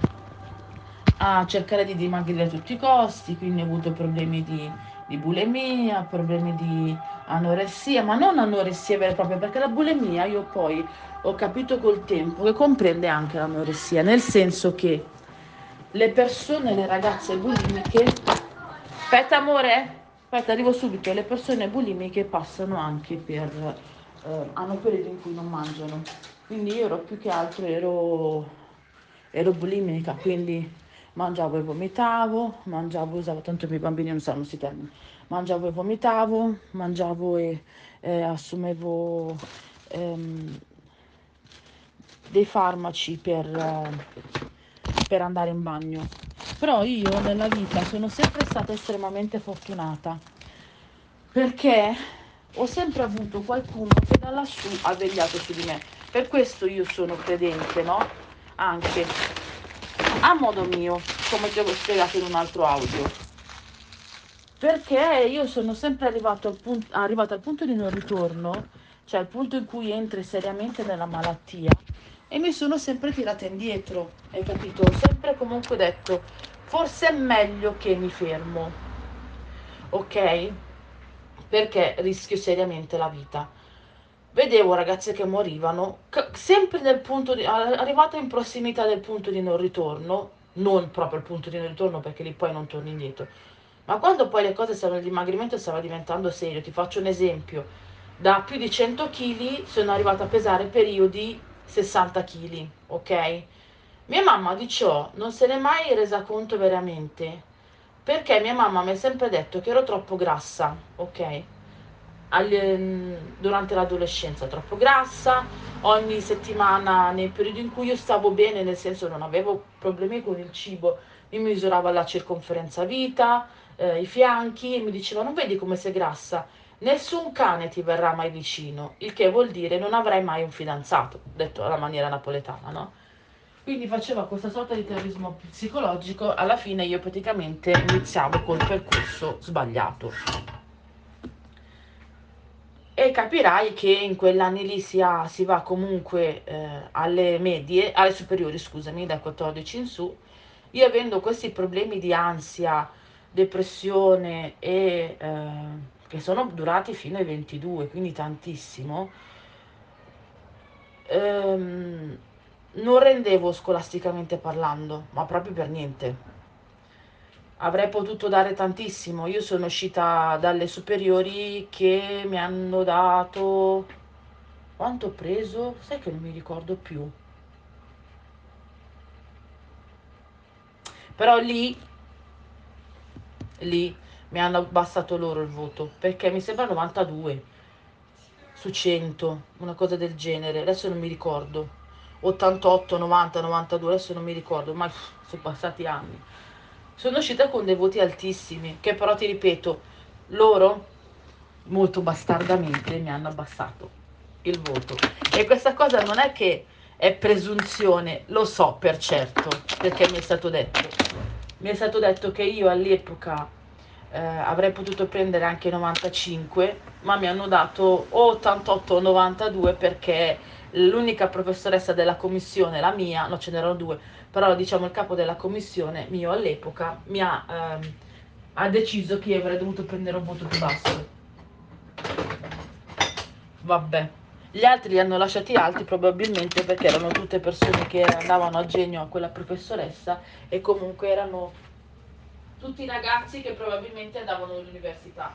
a cercare di dimagrire a tutti i costi, quindi ho avuto problemi di, di bulimia, problemi di anoressia, ma non anoressia vera e propria, perché la bulimia io poi ho capito col tempo che comprende anche l'anoressia, nel senso che le persone, le ragazze bulimiche, aspetta amore, aspetta arrivo subito, le persone bulimiche passano anche per, eh, hanno periodi in cui non mangiano. Quindi io ero più che altro, ero, ero bulimica, quindi mangiavo e vomitavo, mangiavo, usavo, tanto i miei bambini non sanno questi termini, mangiavo e vomitavo, mangiavo e eh, assumevo ehm, dei farmaci per, eh, per andare in bagno. Però io nella vita sono sempre stata estremamente fortunata, perché ho sempre avuto qualcuno che da lassù ha vegliato su di me. Per questo io sono credente, no? Anche a modo mio, come ti ho spiegato in un altro audio. Perché io sono sempre arrivato al punto, arrivata al punto di non ritorno, cioè al punto in cui entri seriamente nella malattia, e mi sono sempre tirata indietro, hai capito? Ho sempre comunque detto, forse è meglio che mi fermo, ok? Perché rischio seriamente la vita. Vedevo ragazze che morivano, sempre nel punto di, arrivate in prossimità del punto di non ritorno, non proprio il punto di non ritorno perché lì poi non torni indietro, ma quando poi le cose stavano, il dimagrimento stava diventando serio. Ti faccio un esempio, da più di cento chili sono arrivata a pesare periodi sessanta chili, ok? Mia mamma di ciò non se n'è mai resa conto veramente, perché mia mamma mi ha sempre detto che ero troppo grassa, ok? Durante l'adolescenza troppo grassa, ogni settimana nei periodi in cui io stavo bene, nel senso non avevo problemi con il cibo, mi misurava la circonferenza vita, eh, i fianchi, e mi diceva non vedi come sei grassa, nessun cane ti verrà mai vicino, il che vuol dire non avrai mai un fidanzato, detto alla maniera napoletana, no? Quindi faceva questa sorta di terrorismo psicologico. Alla fine io praticamente iniziavo col percorso sbagliato. E capirai che in quegli anni lì si, ha, si va comunque eh, alle medie, alle superiori, scusami, dai quattordici in su. Io avendo questi problemi di ansia, depressione e eh, che sono durati fino ai ventidue, quindi tantissimo, ehm, non rendevo scolasticamente parlando, ma proprio per niente. Avrei potuto dare tantissimo. Io sono uscita dalle superiori che mi hanno dato... Quanto ho preso? Sai che non mi ricordo più. Però lì, lì mi hanno abbassato loro il voto, perché mi sembra novantadue su cento, una cosa del genere. Adesso non mi ricordo. ottantotto, novanta, novantadue, adesso non mi ricordo, ma sono passati anni. Sono uscita con dei voti altissimi, che però ti ripeto, loro molto bastardamente mi hanno abbassato il voto. E questa cosa non è che è presunzione, lo so per certo, perché mi è stato detto. Mi è stato detto che io all'epoca eh, avrei potuto prendere anche novantacinque, ma mi hanno dato o ottantotto o novantadue, perché l'unica professoressa della commissione, la mia, no ce n'erano due, però diciamo il capo della commissione mio all'epoca mi ha, ehm, ha deciso che io avrei dovuto prendere un voto più basso. Vabbè, gli altri li hanno lasciati alti probabilmente perché erano tutte persone che andavano a genio a quella professoressa, e comunque erano tutti ragazzi che probabilmente andavano all'università.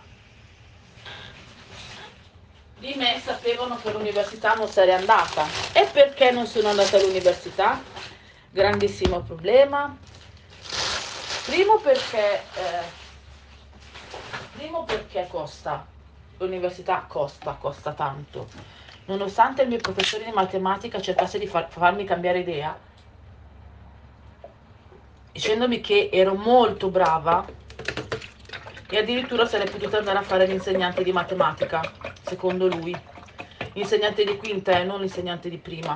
Di me sapevano che all'università non sarei andata. E perché non sono andata all'università? Grandissimo problema. Primo perché eh, primo perché costa. L'università costa, costa tanto. Nonostante il mio professore di matematica cercasse di far, farmi cambiare idea, dicendomi che ero molto brava e addirittura sarei potuta andare a fare l'insegnante di matematica, secondo lui. L'insegnante di quinta e non l'insegnante di prima.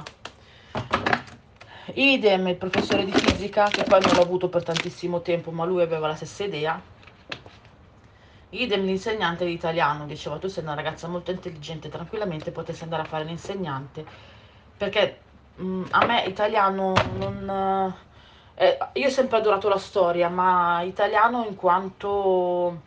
Idem il professore di fisica, che poi non l'ho avuto per tantissimo tempo, ma lui aveva la stessa idea. Idem l'insegnante di italiano, diceva tu sei una ragazza molto intelligente, tranquillamente potessi andare a fare l'insegnante, perché mh, a me italiano non... Eh, io ho sempre adorato la storia, ma italiano in quanto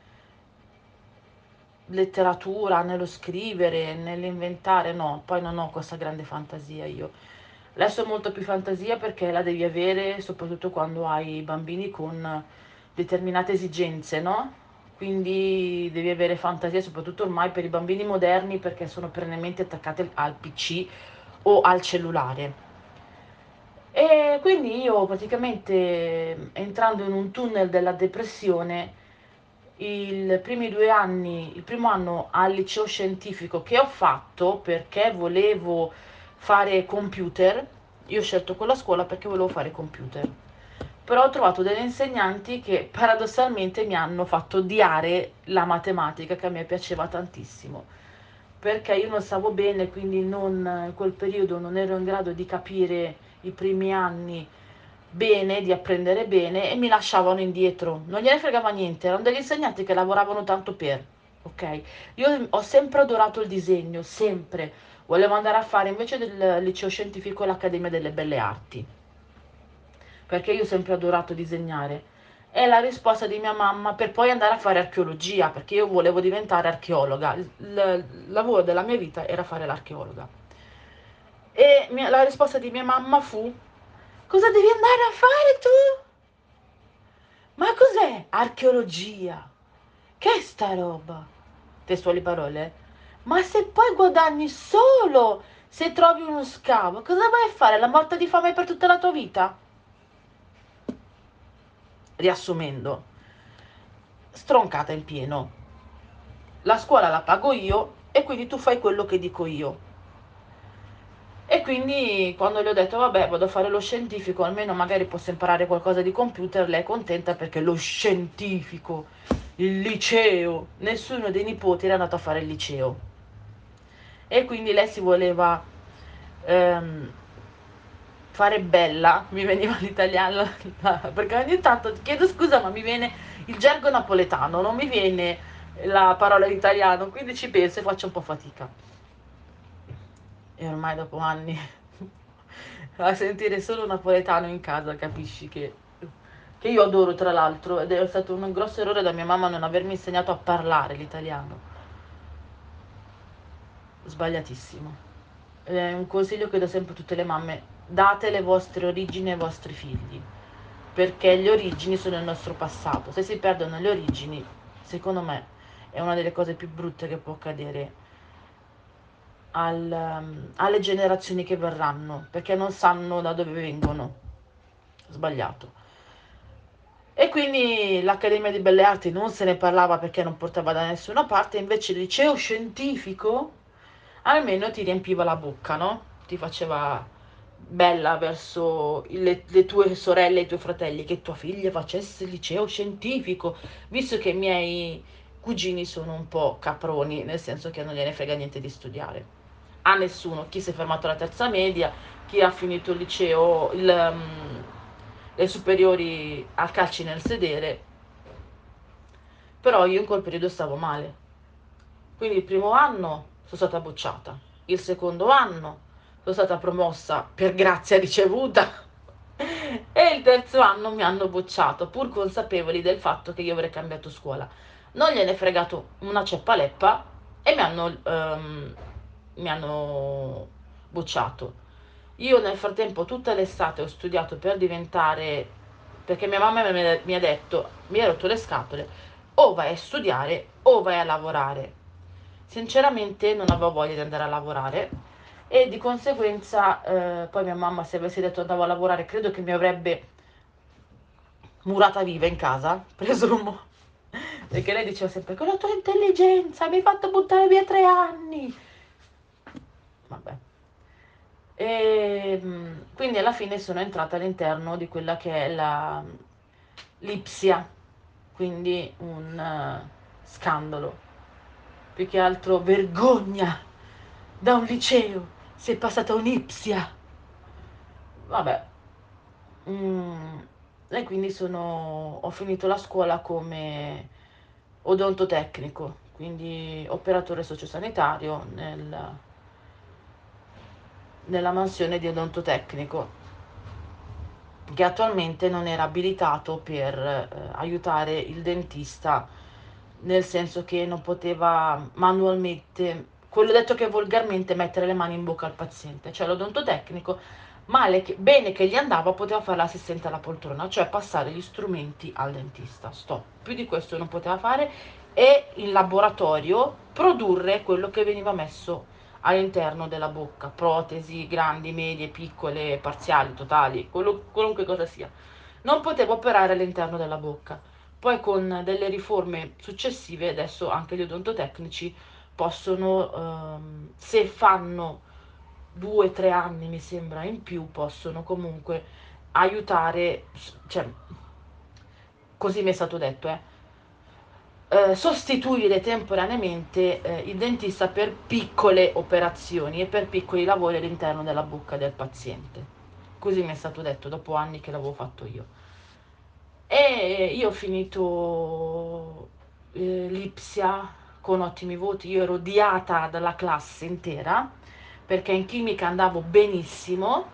letteratura, nello scrivere, nell'inventare, no, poi non ho questa grande fantasia io. Adesso ho molto più fantasia perché la devi avere soprattutto quando hai bambini con determinate esigenze, no? Quindi devi avere fantasia soprattutto ormai per i bambini moderni perché sono perennemente attaccati al P C o al cellulare. E quindi io praticamente entrando in un tunnel della depressione, i primi due anni, il primo anno al liceo scientifico che ho fatto perché volevo fare computer, io ho scelto quella scuola perché volevo fare computer, però ho trovato delle insegnanti che paradossalmente mi hanno fatto odiare la matematica che a me piaceva tantissimo, perché io non stavo bene, quindi non, in quel periodo non ero in grado di capire i primi anni bene, di apprendere bene e mi lasciavano indietro, non gliene fregava niente, erano degli insegnanti che lavoravano tanto per, ok? Io ho sempre adorato il disegno, sempre, volevo andare a fare invece del liceo scientifico l'Accademia delle Belle Arti, perché io ho sempre adorato disegnare. È la risposta di mia mamma per poi andare a fare archeologia, perché io volevo diventare archeologa, il, il lavoro della mia vita era fare l'archeologa. E mia, la risposta di mia mamma fu: cosa devi andare a fare tu? Ma cos'è archeologia? Che è sta roba? Testuali parole. Ma se poi guadagni solo se trovi uno scavo, cosa vai a fare? La morte di fame per tutta la tua vita? Riassumendo, stroncata in pieno. La scuola la pago io e quindi tu fai quello che dico io. E quindi quando le ho detto vabbè vado a fare lo scientifico, almeno magari posso imparare qualcosa di computer, lei è contenta perché lo scientifico, il liceo, nessuno dei nipoti era andato a fare il liceo e quindi lei si voleva ehm, fare bella, mi veniva l'italiano perché ogni tanto chiedo scusa ma mi viene il gergo napoletano, non mi viene la parola in italiano, quindi ci penso e faccio un po' fatica. E ormai dopo anni a sentire solo napoletano in casa capisci che, che io adoro, tra l'altro, ed è stato un grosso errore da mia mamma non avermi insegnato a parlare l'italiano. Sbagliatissimo. È un consiglio che do sempre a tutte le mamme: date le vostre origini ai vostri figli, perché le origini sono il nostro passato. Se si perdono le origini, secondo me è una delle cose più brutte che può accadere Al, um, alle generazioni che verranno, perché non sanno da dove vengono. Sbagliato. E quindi l'Accademia di Belle Arti non se ne parlava perché non portava da nessuna parte, invece il liceo scientifico almeno ti riempiva la bocca, no? Ti faceva bella verso le, le tue sorelle e i tuoi fratelli che tua figlia facesse il liceo scientifico, visto che i miei cugini sono un po' caproni, nel senso che non gliene frega niente di studiare. A nessuno, chi si è fermato alla terza media, chi ha finito il liceo, il, um, le superiori a calci nel sedere, però io in quel periodo stavo male, quindi il primo anno sono stata bocciata, il secondo anno sono stata promossa per grazia ricevuta e il terzo anno mi hanno bocciato, pur consapevoli del fatto che io avrei cambiato scuola. Non gliene è fregato una ceppaleppa e mi hanno... Um, mi hanno bocciato. Io nel frattempo tutta l'estate ho studiato per diventare, perché mia mamma mi ha detto, mi ha rotto le scatole, o vai a studiare o vai a lavorare. Sinceramente non avevo voglia di andare a lavorare e di conseguenza eh, poi mia mamma, se avessi detto andavo a lavorare, credo che mi avrebbe murata viva in casa, presumo, perché lei diceva sempre con la tua intelligenza mi hai fatto buttare via tre anni. Vabbè. E quindi alla fine sono entrata all'interno di quella che è la l'Ipsia, quindi un uh, scandalo, più che altro vergogna, da un liceo si è passata a un'Ipsia, vabbè. Mm, e quindi sono, ho finito la scuola come odontotecnico, quindi operatore sociosanitario nel, nella mansione di odontotecnico, che attualmente non era abilitato per eh, aiutare il dentista, nel senso che non poteva manualmente, quello detto che volgarmente, mettere le mani in bocca al paziente, cioè l'odontotecnico, male che, bene che gli andava, poteva fare l'assistente alla poltrona, cioè passare gli strumenti al dentista, stop, più di questo non poteva fare, e in laboratorio produrre quello che veniva messo all'interno della bocca, protesi grandi, medie, piccole, parziali, totali, quello, qualunque cosa sia. Non potevo operare all'interno della bocca. Poi con delle riforme successive, adesso anche gli odontotecnici possono, ehm, se fanno due o tre anni, mi sembra, in più, possono comunque aiutare, cioè, così mi è stato detto, eh, eh, sostituire temporaneamente eh, il dentista per piccole operazioni e per piccoli lavori all'interno della bocca del paziente. Così mi è stato detto dopo anni che l'avevo fatto io. E io ho finito eh, l'Ipsia con ottimi voti, io ero odiata dalla classe intera perché in chimica andavo benissimo,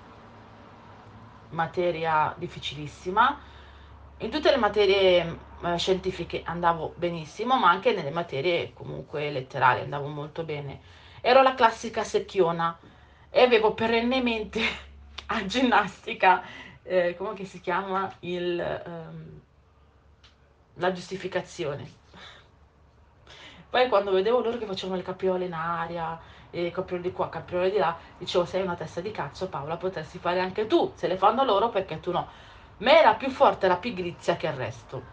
materia difficilissima, in tutte le materie eh, scientifiche andavo benissimo, ma anche nelle materie comunque letterali andavo molto bene. Ero la classica secchiona e avevo perennemente a ginnastica, eh, come che si chiama, il, ehm, la giustificazione. Poi quando vedevo loro che facevano le capriole in aria, e capriole di qua, capriole di là, dicevo: sei una testa di cazzo, Paola, potresti fare anche tu, se le fanno loro perché tu no. Ma era più forte la pigrizia che il resto.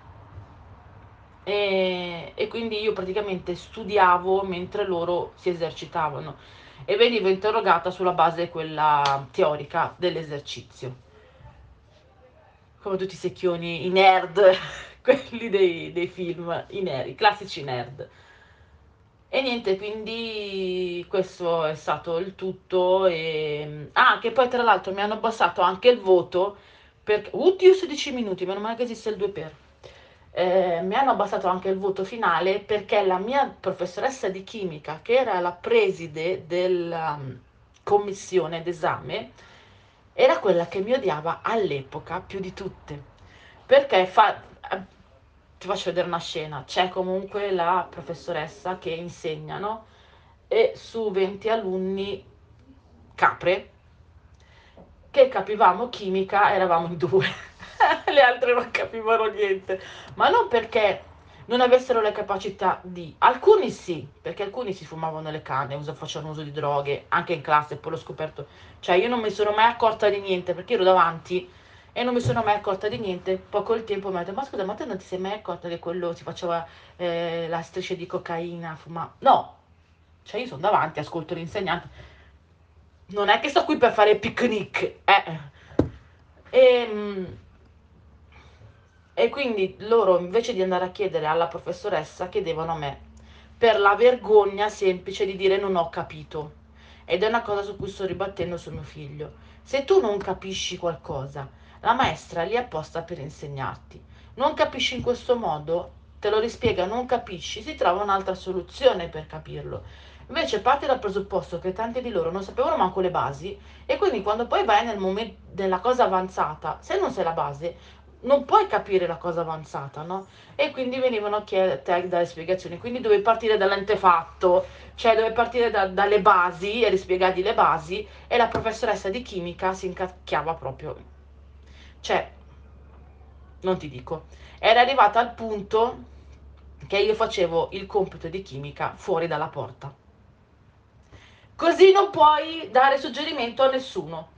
E, e quindi io praticamente studiavo mentre loro si esercitavano e venivo interrogata sulla base quella teorica dell'esercizio, come tutti i secchioni, i nerd, quelli dei, dei film, i nerd, i classici nerd. E niente, quindi questo è stato il tutto. E ah, che poi tra l'altro mi hanno abbassato anche il voto perché, oddio, sedici minuti, meno male che esiste il due per. Eh, mi hanno abbassato anche il voto finale perché la mia professoressa di chimica, che era la preside della um, commissione d'esame, era quella che mi odiava all'epoca più di tutte, perché fa, eh, ti faccio vedere una scena, c'è comunque la professoressa che insegna, no? E su venti alunni capre che capivamo chimica eravamo in due. Le altre non capivano niente, ma non perché non avessero le capacità di, alcuni sì, perché alcuni si fumavano le canne, usa, facevano uso di droghe, anche in classe, poi l'ho scoperto, cioè io non mi sono mai accorta di niente, perché ero davanti e non mi sono mai accorta di niente. Poi col tempo mi ha detto: ma scusa, ma te non ti sei mai accorta che quello si faceva eh, la striscia di cocaina, fumava? No, cioè io sono davanti, ascolto l'insegnante, non è che sto qui per fare picnic, eh. E, e quindi loro, invece di andare a chiedere alla professoressa, chiedevano a me, per la vergogna semplice di dire non ho capito. Ed è una cosa su cui sto ribattendo su mio figlio. Se tu non capisci qualcosa, la maestra è lì apposta per insegnarti. Non capisci in questo modo, te lo rispiega, non capisci, si trova un'altra soluzione per capirlo. Invece parte dal presupposto che tanti di loro non sapevano manco le basi, e quindi quando poi vai nel momento della cosa avanzata, se non sai la base, non puoi capire la cosa avanzata, no? E quindi venivano a chiedere delle spiegazioni, quindi dovevi partire dall'antefatto, cioè dovevi partire da, dalle basi e rispiegargli le basi, e la professoressa di chimica si incacchiava proprio, cioè, non ti dico, era arrivata al punto che io facevo il compito di chimica fuori dalla porta. Così non puoi dare suggerimento a nessuno.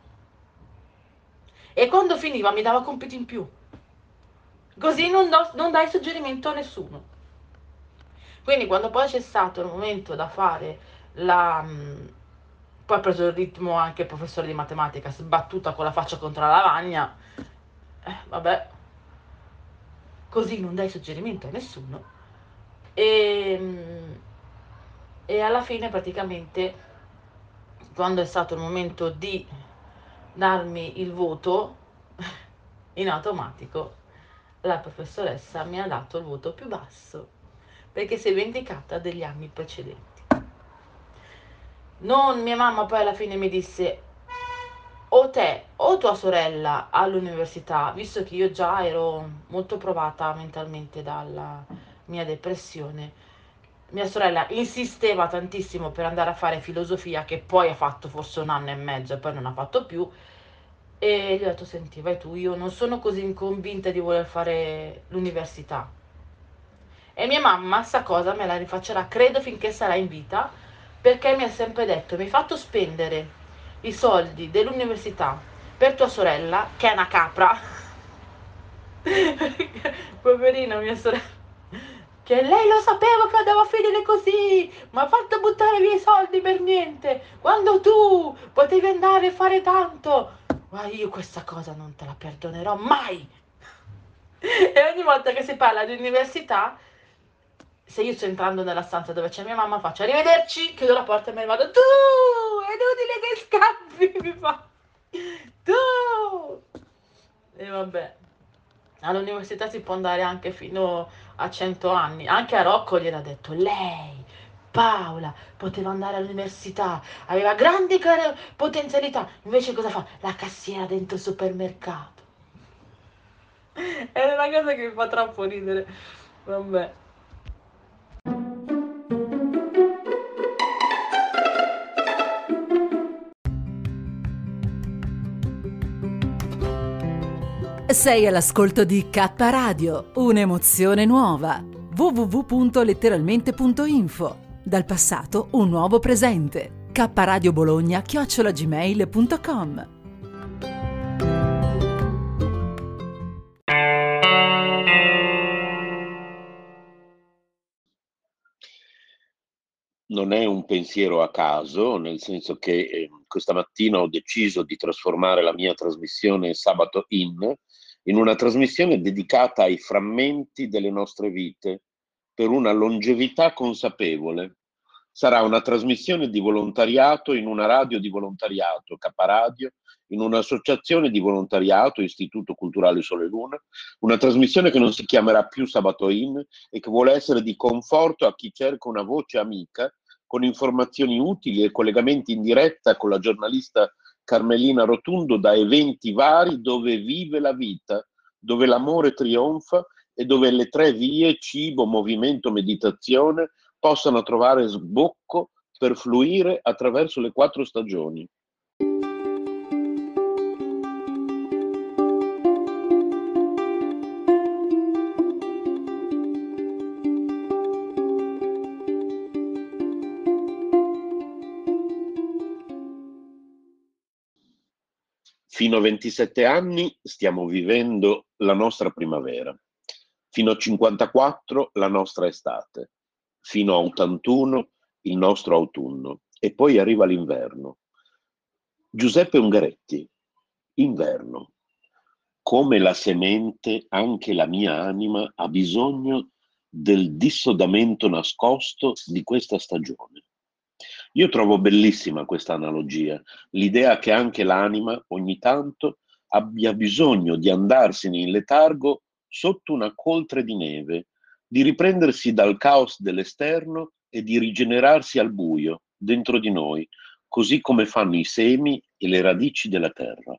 E quando finiva mi dava compiti in più. Così non, do, non dai suggerimento a nessuno. Quindi quando poi c'è stato il momento da fare la, Poi ha preso il ritmo anche il professore di matematica, sbattuta con la faccia contro la lavagna. Eh, vabbè, così non dai suggerimento a nessuno. E, e alla fine praticamente, quando è stato il momento di darmi il voto, in automatico la professoressa mi ha dato il voto più basso, perché si è vendicata degli anni precedenti. Non, mia mamma poi alla fine mi disse: o te o tua sorella all'università, visto che io già ero molto provata mentalmente dalla mia depressione. Mia sorella insisteva tantissimo per andare a fare filosofia, che poi ha fatto forse un anno e mezzo e poi non ha fatto più, e gli ho detto: senti, vai tu, io non sono così convinta di voler fare l'università. E mia mamma sta cosa me la rifaccerà, credo, finché sarà in vita, perché mi ha sempre detto: mi hai fatto spendere i soldi dell'università per tua sorella, che è una capra. Poverina mia sorella, che lei lo sapevo che andava a finire così, ma ha fatto buttare via i soldi per niente, quando tu potevi andare a fare tanto. Ma io questa cosa non te la perdonerò mai. E ogni volta che si parla di università, se io sto entrando nella stanza dove c'è mia mamma, faccio arrivederci, chiudo la porta e me ne vado. Tu, è inutile che scappi, mi fa. Tu. E vabbè, all'università si può andare anche fino a cento anni. Anche a Rocco gliel'ha detto: lei, Paola, poteva andare all'università, aveva grandi car- potenzialità. Invece cosa fa? La cassiera dentro il supermercato. È una cosa che mi fa troppo ridere. Vabbè. Sei all'ascolto di K Radio, un'emozione nuova. w w w punto letteralmente punto info. Dal passato un nuovo presente. K Radio Bologna chiocciola gmail punto com. Non è un pensiero a caso, nel senso che eh, questa mattina ho deciso di trasformare la mia trasmissione Sabato In in una trasmissione dedicata ai frammenti delle nostre vite per una longevità consapevole. Sarà una trasmissione di volontariato in una radio di volontariato, K Radio, in un'associazione di volontariato, Istituto Culturale Sole Luna, una trasmissione che non si chiamerà più Sabato In e che vuole essere di conforto a chi cerca una voce amica, con informazioni utili e collegamenti in diretta con la giornalista Carmelina Rotundo da eventi vari dove vive la vita, dove l'amore trionfa e dove le tre vie, cibo, movimento, meditazione, possano trovare sbocco per fluire attraverso le quattro stagioni. Fino a ventisette anni stiamo vivendo la nostra primavera, fino a cinquantaquattro la nostra estate, fino a ottantuno il nostro autunno e poi arriva l'inverno. Giuseppe Ungaretti, inverno. Come la semente, anche la mia anima ha bisogno del dissodamento nascosto di questa stagione. Io trovo bellissima questa analogia, l'idea che anche l'anima ogni tanto abbia bisogno di andarsene in letargo sotto una coltre di neve, di riprendersi dal caos dell'esterno e di rigenerarsi al buio dentro di noi, così come fanno i semi e le radici della terra.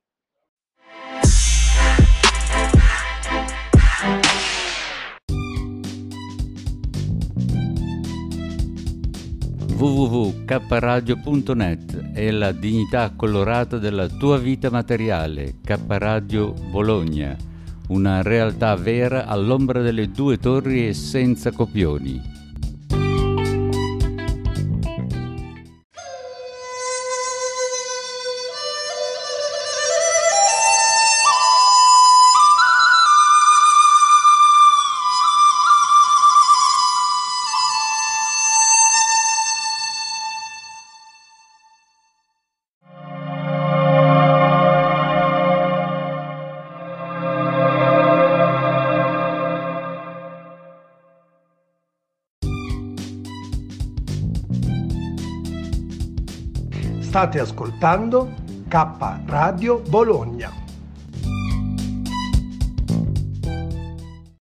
w w w punto k radio punto net è la dignità colorata della tua vita materiale. K Radio Bologna, una realtà vera all'ombra delle due torri e senza copioni. State ascoltando K Radio Bologna.